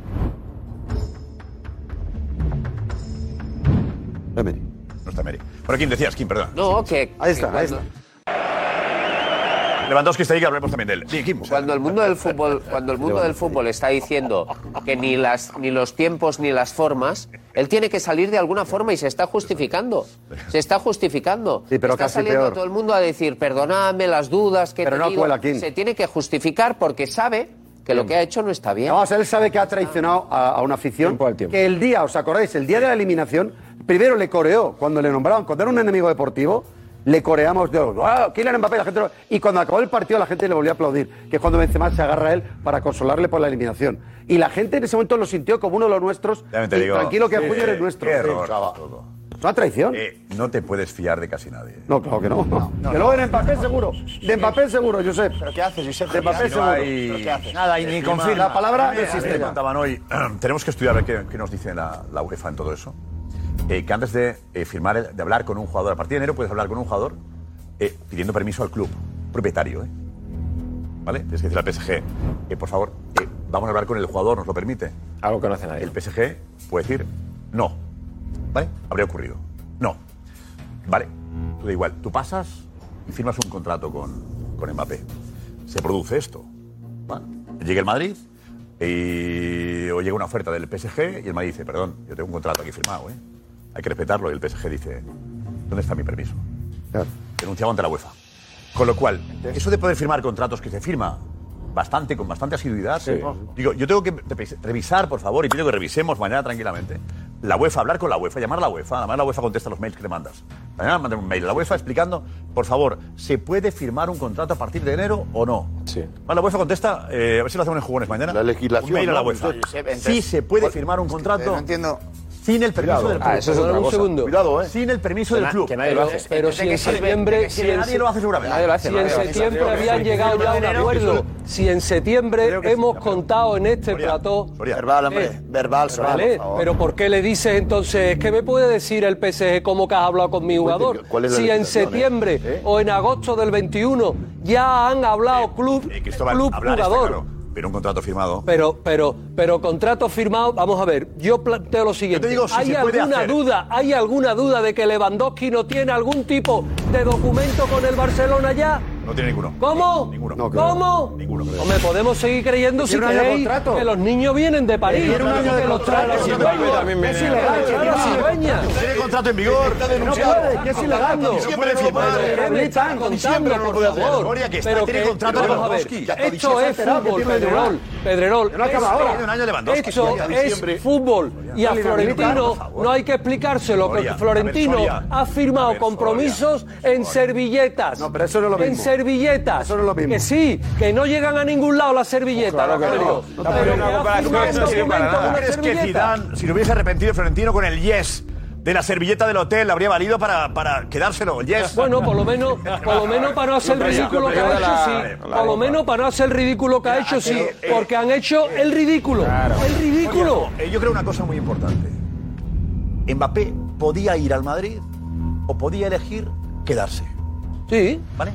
Emery. No está Emery. Bueno, ¿quién decías? ¿Quién, perdón? No, que... Ahí está, que ahí cuando- está. Lewandowski está ahí, que hablemos también de él. Sí, Kim, o sea, Cuando el mundo del fútbol, cuando el mundo del fútbol está diciendo que ni las ni los tiempos ni las formas, él tiene que salir de alguna forma y se está justificando. Se está justificando. Sí, pero está casi saliendo peor. todo el mundo a decir, perdonadme las dudas que he Pero no tenido. cuela, Kim. Se tiene que justificar porque sabe que lo que ha hecho no está bien. Vamos, él sabe que ha traicionado a, a una afición que el día, ¿os acordáis? El día de la eliminación, primero le coreó cuando le nombraban, cuando era un enemigo deportivo, le coreamos de ¡ah, Kylian Mbappé! La gente lo- y cuando acabó el partido la gente le volvió a aplaudir, que es cuando Benzema se agarra a él para consolarle por la eliminación. Y la gente en ese momento lo sintió como uno de los nuestros. Ya te y digo, tranquilo que sí, Acuña es nuestro. qué error, Sí, chaval. todo. Es una traición. Eh, no te puedes fiar de casi nadie. No, claro que no. que luego de Mbappé seguro. De Mbappé seguro, Josep. ¿Pero qué haces, Josep? De Mbappé Si no seguro. hay- ¿Pero qué haces? Nada, y ni Encima, confirma. La palabra Me no existe. contaban hoy, tenemos que estudiar a ver qué, qué nos dice la, la UEFA en todo eso. Eh, que antes de eh, firmar, el- de hablar con un jugador, a partir de enero puedes hablar con un jugador eh, pidiendo permiso al club, propietario, ¿eh? ¿Vale? Tienes que decir al P S G, eh, por favor, eh, vamos a hablar con el jugador, ¿nos lo permite? Algo que no hace nadie. El P S G puede decir no. ¿Vale? Habría ocurrido. No. Vale. Tú da igual. Tú pasas y firmas un contrato con, con Mbappé. Se produce esto. ¿Vale? Llega el Madrid y, o llega una oferta del P S G y el Madrid dice, perdón, yo tengo un contrato aquí firmado, ¿eh? Hay que respetarlo. Y el P S G dice, ¿dónde está mi permiso? Denunciado ante la UEFA. Con lo cual, eso de poder firmar contratos que se firma bastante, con bastante asiduidad, Sí. digo, yo tengo que revis- revisar, por favor, y pido que revisemos mañana tranquilamente, la UEFA, hablar con la UEFA, llamar a la UEFA, además la UEFA contesta los mails que le mandas. Mañana mandar un mail a la UEFA explicando, por favor, ¿se puede firmar un contrato a partir de enero o no? Sí. La UEFA contesta, eh, a ver si lo hacemos en jugones mañana. La legislación, Un mail a la ¿no? UEFA. Entonces, entonces- Sí se puede ¿cuál- firmar un es que contrato no entiendo. sin el permiso Cuidado. del club. Ah, eso es otra un cosa. segundo. Cuidado, ¿eh? Sin el permiso Que del na- club. que nadie lo hace. Pero si en septiembre, si en nadie lo hace seguramente. Nadie lo hace, si en nadie lo hace. septiembre habían llegado ya a un acuerdo, si en septiembre Creo que sí, hemos pero- contado en este Soria, plató. Soria. Verbal, hombre. Eh, Verbal, Soria, Vale, por favor. pero ¿por qué le dices entonces? ¿Qué me puede decir el P S G cómo que has hablado con mi jugador? ¿Cuál es la Si en legislación, septiembre eh? o en agosto del veintiuno ya han hablado club, Eh, Cristóbal, club hablar está jugador. claro, pero un contrato firmado. Pero, pero, pero contrato firmado, vamos a ver, yo planteo lo siguiente. Yo te digo, si ¿Hay se puede alguna hacer. duda, hay alguna duda de que Lewandowski no tiene algún tipo de documento con el Barcelona ya? No tiene ninguno. ¿Cómo? Ninguno. No, creo. ¿Cómo? Ninguno, creo. Hombre, podemos seguir creyendo si Tiene un año de queréis contrato. que los niños vienen de París. Tiene un año de que los contrato. traen Sí, cigüeñas. también Es viene. ilegal, claro, cigüeñas. Tiene contrato en vigor. No puede, que es ilegal. No, Sí puede firmar. ¿Qué me están contando, por favor? Soria, que está- Pero tiene que- contrato vamos a ver, Lewandowski. Ya te esto dije, es se ha enterado que fútbol, tiene Pedrerol. Pedrerol, no acaba ahora. Tiene un año Lewandowski, esto Soria, de es diciembre. fútbol. Y a Soria, Florentino por favor. no hay que explicárselo, porque Soria, Florentino a ver, Soria. ha firmado A ver, compromisos Soria. en servilletas. No, pero eso no es lo En mismo. servilletas. Eso no es lo mismo. Que sí, que no llegan a ningún lado las servilletas. Claro que Rogelio. no. Pero No, que una ha comparación firmado que un no sirve para documento nada. con una ¿Crees que servilleta. Zidane, si no hubiese arrepentido Florentino con el yes de la servilleta del hotel, habría valido para, para quedárselo? El yes. Bueno, por lo menos, por lo menos para no hacer el Lo ridículo que primero ha de hecho, la- sí. la Por lo bomba. menos para no hacer el ridículo que ha hecho, sí. Porque han hecho el ridículo. El ridículo. Soria, eh, yo creo una cosa muy importante. Mbappé podía ir al Madrid o podía elegir quedarse. Sí. ¿Vale?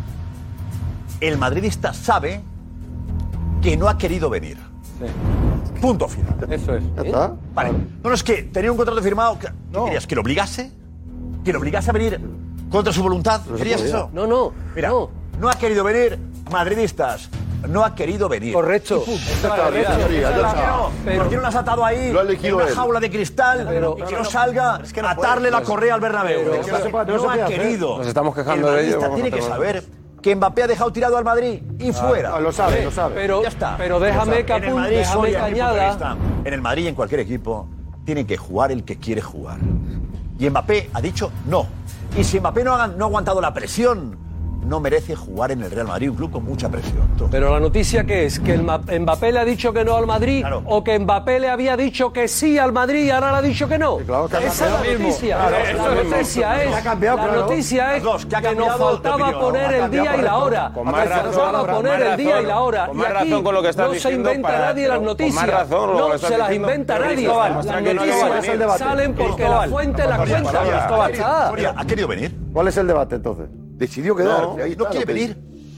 El madridista sabe que no ha querido venir. Punto final. Eso es. ¿Ya está? Vale. No, no, es que tenía un contrato firmado. que- ¿Qué querías? ¿Que lo obligase? ¿Que lo obligase a venir contra su voluntad? se ¿Querías podía. eso? No, no. Mira, no. no ha querido venir, madridistas. No ha querido venir. Correcto. Y punto. Esa es la realidad. Sí, ya ¿Por qué está. no? Pero- ¿Por qué no lo has atado ahí Lo ha en elegido una él. jaula de cristal Pero- y que no salga a atarle la correa al Bernabéu? Pero- Es que no, se puede- no no se puede ha hacer. querido. Nos estamos quejando El de ello, madridista vamos a tiene que hacerlo. saber que Mbappé ha dejado tirado al Madrid y fuera. Ah, lo sabe, lo sabe. Pero, Ya está. pero déjame que En el apunte, Madrid, déjame Soria, que mi punto de añada. vista, en el Madrid y en cualquier equipo tiene que jugar el que quiere jugar. Y Mbappé ha dicho no. Y si Mbappé no ha, no ha aguantado la presión, no merece jugar en el Real Madrid, un club con mucha presión. Pero la noticia que es que el Ma- Mbappé le ha dicho que no al Madrid Claro. o que Mbappé le había dicho que sí al Madrid y ahora le ha dicho que no. claro, que ha Esa es la cambiado. noticia. Claro, la eso es lo noticia mismo. es, Ha cambiado, la claro. noticia es Los dos, que ha que nos cambiado de faltaba opinión. poner Ha el cambiado, día y la correcto. hora. Con Nos más razón, faltaba con poner más el día y razón, la hora. con Y más aquí razón con lo que estás no se diciendo inventa para- nadie las con más noticias. razón con lo que No estás se las diciendo. inventa Pero nadie. Cristóbal, Las muestra que no noticias quiere venir. salen porque la Cristóbal, fuente la Soria, cuenta. Soria, Ya está. Soria, ¿ha querido venir? ¿Cuál es el debate entonces? Decidió quedarse. No, ahí no está quiere lo que venir. dice.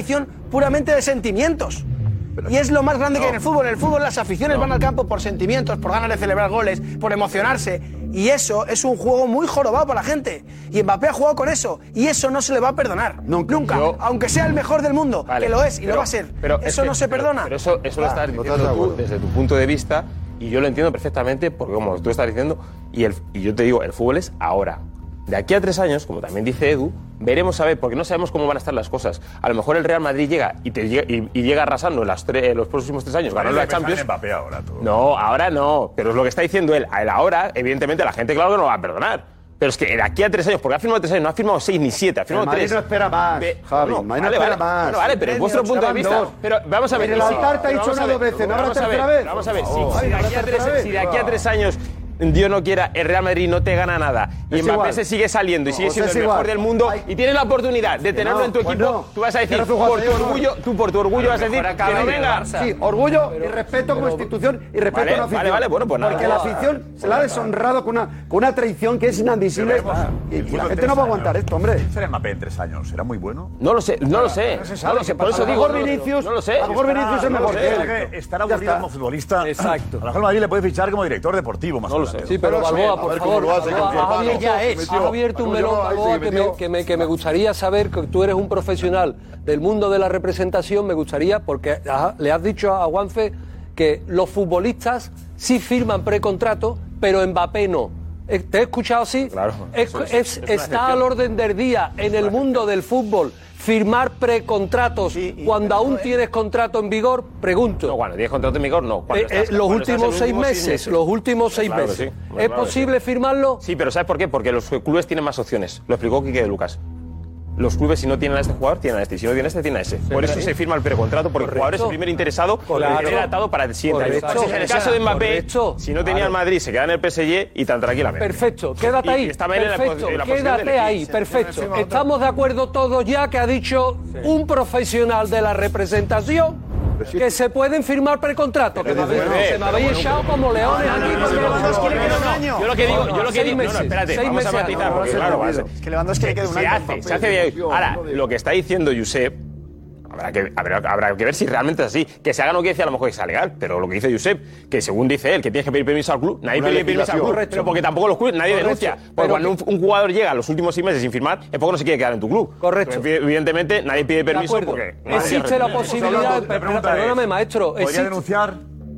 traición puramente de sentimientos. Y es lo más grande que hay en el fútbol. En el fútbol las aficiones van al campo por sentimientos, por ganas de celebrar goles, por emocionarse. Y eso es un juego muy jorobado para la gente. Y Mbappé ha jugado con eso. Y eso no se le va a perdonar. Nunca. Nunca. Yo, aunque sea el mejor del mundo. Vale, que lo es y pero, lo va a ser. Pero eso es que, no se pero, perdona. Pero eso, eso ah, lo estás diciendo tú desde tu punto de vista. Y yo lo entiendo perfectamente porque, como tú estás diciendo, y, el, y yo te digo, el fútbol es ahora. De aquí a tres años, como también dice Edu, veremos a ver, porque no sabemos cómo van a estar las cosas. A lo mejor el Real Madrid llega y, te, y, y llega arrasando en, las tre, en los próximos tres años, ganando la Champions. Mbappé ahora, tú. No, ahora no. Pero es lo que está diciendo él. A él ahora, evidentemente, la gente, claro que no lo va a perdonar. Pero es que de aquí a tres años, porque ha firmado tres años, no ha firmado seis ni siete, ha firmado el Madrid tres. no espera más, Ve, Javi. No, Madrid vale, no espera vale, más. Bueno, vale, pero en vuestro punto de vista. Dos. Pero vamos a ver. En el altar te ha dicho una vez, ¿no habrá tercera vez? Vamos a ver, si de aquí a tres, si de aquí a tres años Dios no quiera, el Real Madrid no te gana nada y es Mbappé igual. se sigue saliendo y sigue No, siendo es el igual. mejor del mundo Ay. y tienes la oportunidad de tenerlo no, en tu pues equipo, no. tú vas a decir, Tienes razón, por tu Juan, orgullo, tú por tu orgullo vas a decir que no venga. Sí, orgullo y respeto como institución y respeto Vale, a la afición. vale, vale, bueno, pues nada. Porque la afición se la ha deshonrado con una, con una traición que es inadmisible. Y, y la gente no va a aguantar esto, hombre. ¿Será Mbappé en tres años? ¿Será muy bueno? No lo sé, no lo sé. No se sabe. No lo sé, por eso A lo digo, mejor Vinicius, no lo sé. a lo mejor Vinicius es mejor que él. Estará Ya aburrido está. como futbolista. Exacto. A lo mejor el Madrid le puede fichar como director deportivo, más No o lo menos. sé. Sí, pero Balboa, por favor, Balboa, has abierto, Ya es. has abierto un melón, Balboa, que me, que, me, que me gustaría saber que tú eres un profesional del mundo de la representación, me gustaría, porque ajá, le has dicho a Juanfe que los futbolistas sí firman precontrato, pero Mbappé no. Eh, ¿Te he escuchado así? Claro. Es, Eso es- es- es una está excepción. al orden del día en el mundo del fútbol firmar precontratos cuando aún tienes contrato en vigor, pregunto. No, cuando tienes contrato en vigor, no. Cuando Eh, eh, estás- los cuando estás en últimos seis últimos meses, los últimos seis Claro que meses. sí, ¿Es claro que posible firmarlo? Sí, pero ¿sabes por qué? Porque los clubes tienen más opciones. Lo explicó Quique de Lucas. Los clubes, si no tienen a este jugador, tienen a este. Y si no tienen a este, tienen a ese. Por eso se firma el precontrato, porque el jugador es el primer interesado Correcto. en tener atado para el siguiente año. Correcto. En el caso de Mbappé, Correcto. si no tenía el Madrid, se queda en el P S G y tan tranquilamente. Perfecto, quédate Y- ahí. y estaba él en la Perfecto, pos- en la posición de quédate ahí, elegir. perfecto. Estamos de acuerdo todos ya que ha dicho un profesional de la representación que se pueden firmar precontratos. Que me habéis- bueno, se me habéis pero echado como leones aquí. porque Lewandowski le queda un año. Yo lo que digo, yo lo que Seis digo, no, no, meses, espérate, seis vamos a meses matizar, antes. porque claro, va a ser- Es que Lewandowski le queda un se año. hace, se hace de ahora, lo que está diciendo Josep, habrá que, habrá, habrá que ver si realmente es así. Que se haga no quiere decir a lo mejor que sea legal, pero lo que dice Josep, que según dice él, que tienes que pedir permiso al club, nadie Una pide permiso al club, legislación. pero porque tampoco los clubes, nadie Correcto. denuncia. Porque Pero cuando un, que- un jugador llega a los últimos seis meses sin firmar, es porque no se quiere quedar en tu club. Correcto. Pero, evidentemente, nadie pide De permiso acuerdo. porque... nadie Existe la responde. posibilidad, La pregunta perdóname es, maestro, ¿podría existe- denunciar?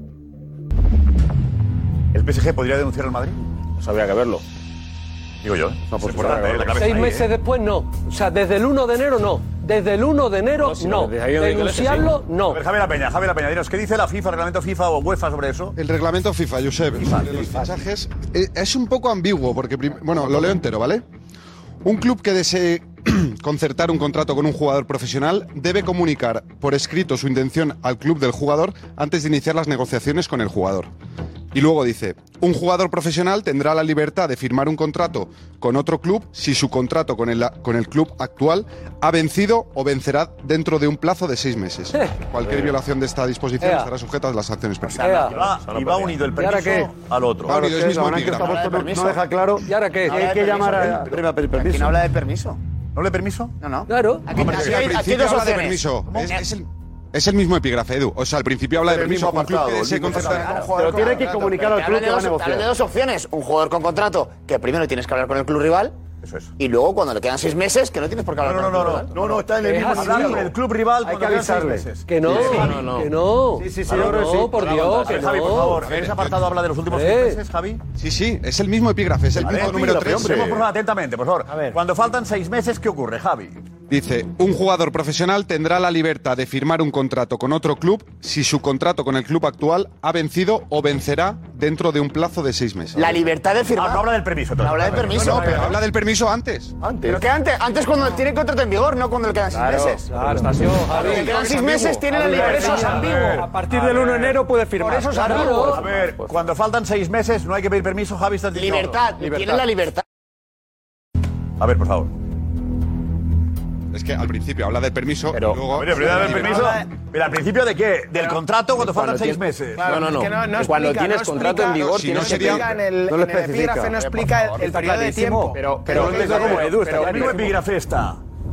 ¿El P S G podría denunciar al Madrid? Pues habría que verlo. Digo yo, ¿eh? No, pues es importante, ¿eh? La clave Seis está ahí, meses ¿eh? después no. O sea, desde el uno de enero no. Desde el uno de enero No, si no. no, desde ahí donde hay colegio, Denunciarlo sí. A no. ver, Javier La Peña, Javier La Peña, dinos, ¿qué dice la FIFA, reglamento FIFA o UEFA sobre eso? El reglamento FIFA, Josep, de los fichajes, eh, es un poco ambiguo, porque, prim- bueno, lo leo entero, ¿vale? Un club que desee concertar un contrato con un jugador profesional debe comunicar por escrito su intención al club del jugador antes de iniciar las negociaciones con el jugador. Y luego dice, un jugador profesional tendrá la libertad de firmar un contrato con otro club si su contrato con el, con el club actual ha vencido o vencerá dentro de un plazo de seis meses. Eh. Cualquier violación de esta disposición Ea. estará sujeta a las sanciones penales. Ea. Y va, y va unido el ¿Y ahora permiso qué? al otro. Va unido, es que mismo la verdad que epígrafe. está puesto, no, no deja claro ¿Y ahora qué? que hay que llamar a previa Aquí permiso. no habla de permiso. ¿No le permiso? No, no. Claro. Aquí, Hombre, aquí es que hay, al aquí hay principio dos habla de opciones. permiso. ¿Cómo? Es, es el, es el mismo epígrafe, Edu. O sea, al principio habla de El mismo permiso. Un club apartado, que el desee mismo concertar- apartado. Pero tiene que comunicar al Te club hablan que va a de dos- te hablan de negociar. dos opciones. Un jugador con contrato, que primero tienes que hablar con el club rival. Eso es. Y luego, cuando le quedan seis meses, que no tienes por qué hablar No, no, con no, el club no, rival. no, no, está en el Es mismo así. hablar con el club rival Hay cuando que quedan seis avisarle. meses. Que no, no, no. que no. Sí, sí, sí, Claro, yo creo que sí. no, por Dios, A que ver, Javi, por no. favor, en ese apartado habla de los últimos Eh. seis meses, Javi. Sí, sí, es el mismo epígrafe, es el Vale, punto número tres. Vemos, por favor, atentamente, por favor. Cuando faltan seis meses, ¿qué ocurre, Javi? Dice, un jugador profesional tendrá la libertad de firmar un contrato con otro club si su contrato con el club actual ha vencido o vencerá dentro de un plazo de seis meses. La libertad de firmar. Ah, no habla del permiso. entonces. Habla del permiso. No, pero habla del permiso antes. Pero que antes, antes cuando tiene contrato en vigor, no cuando le quedan seis meses. Claro. Cuando le quedan seis meses, tiene la libertad. Eso es ambiguo. A partir del uno de enero puede firmar. Por eso es Claro. ambiguo. A ver, cuando faltan seis meses, no hay que pedir permiso, Javi, estás diciendo. Libertad, tiene la libertad. A ver, por favor. Es que al principio habla del permiso, Pero- y luego... Oye, primero el permiso. Pero al principio de qué? Del contrato cuando faltan seis tienes- meses. No, no, no. Es que no- no Cuando explica, tienes no contrato en explica- vigor, si tienes no que sería- pedir- En el, No lo en el especifica. epígrafe no explica el, el periodo de tiempo. Pero, Pero pero no está como Edu, está pero- el mismo epígrafe está.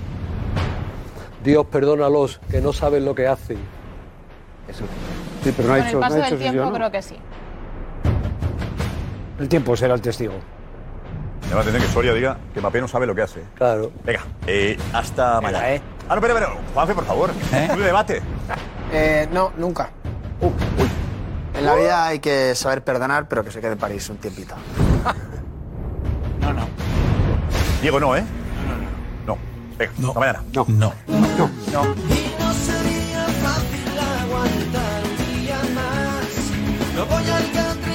Dios perdónalos, que no saben lo que hacen. Eso. Sí, pero no ha Con hecho, el paso no ha del hecho tiempo sesión, ¿no? creo que sí. El tiempo será el testigo. Me va a tener que Soria diga que Mbappé no sabe lo que hace. Claro. Venga, eh, hasta mañana. ¿eh? Ah, no, pero, pero, Juanfe, por favor. Un debate. Eh, no, nunca. En la vida hay que saber perdonar, pero que se quede en París un tiempito. No, no. Diego, no, ¿eh? No, no. Venga, hasta mañana. No. No. No. Y no sería fácil aguantar un día más. No voy al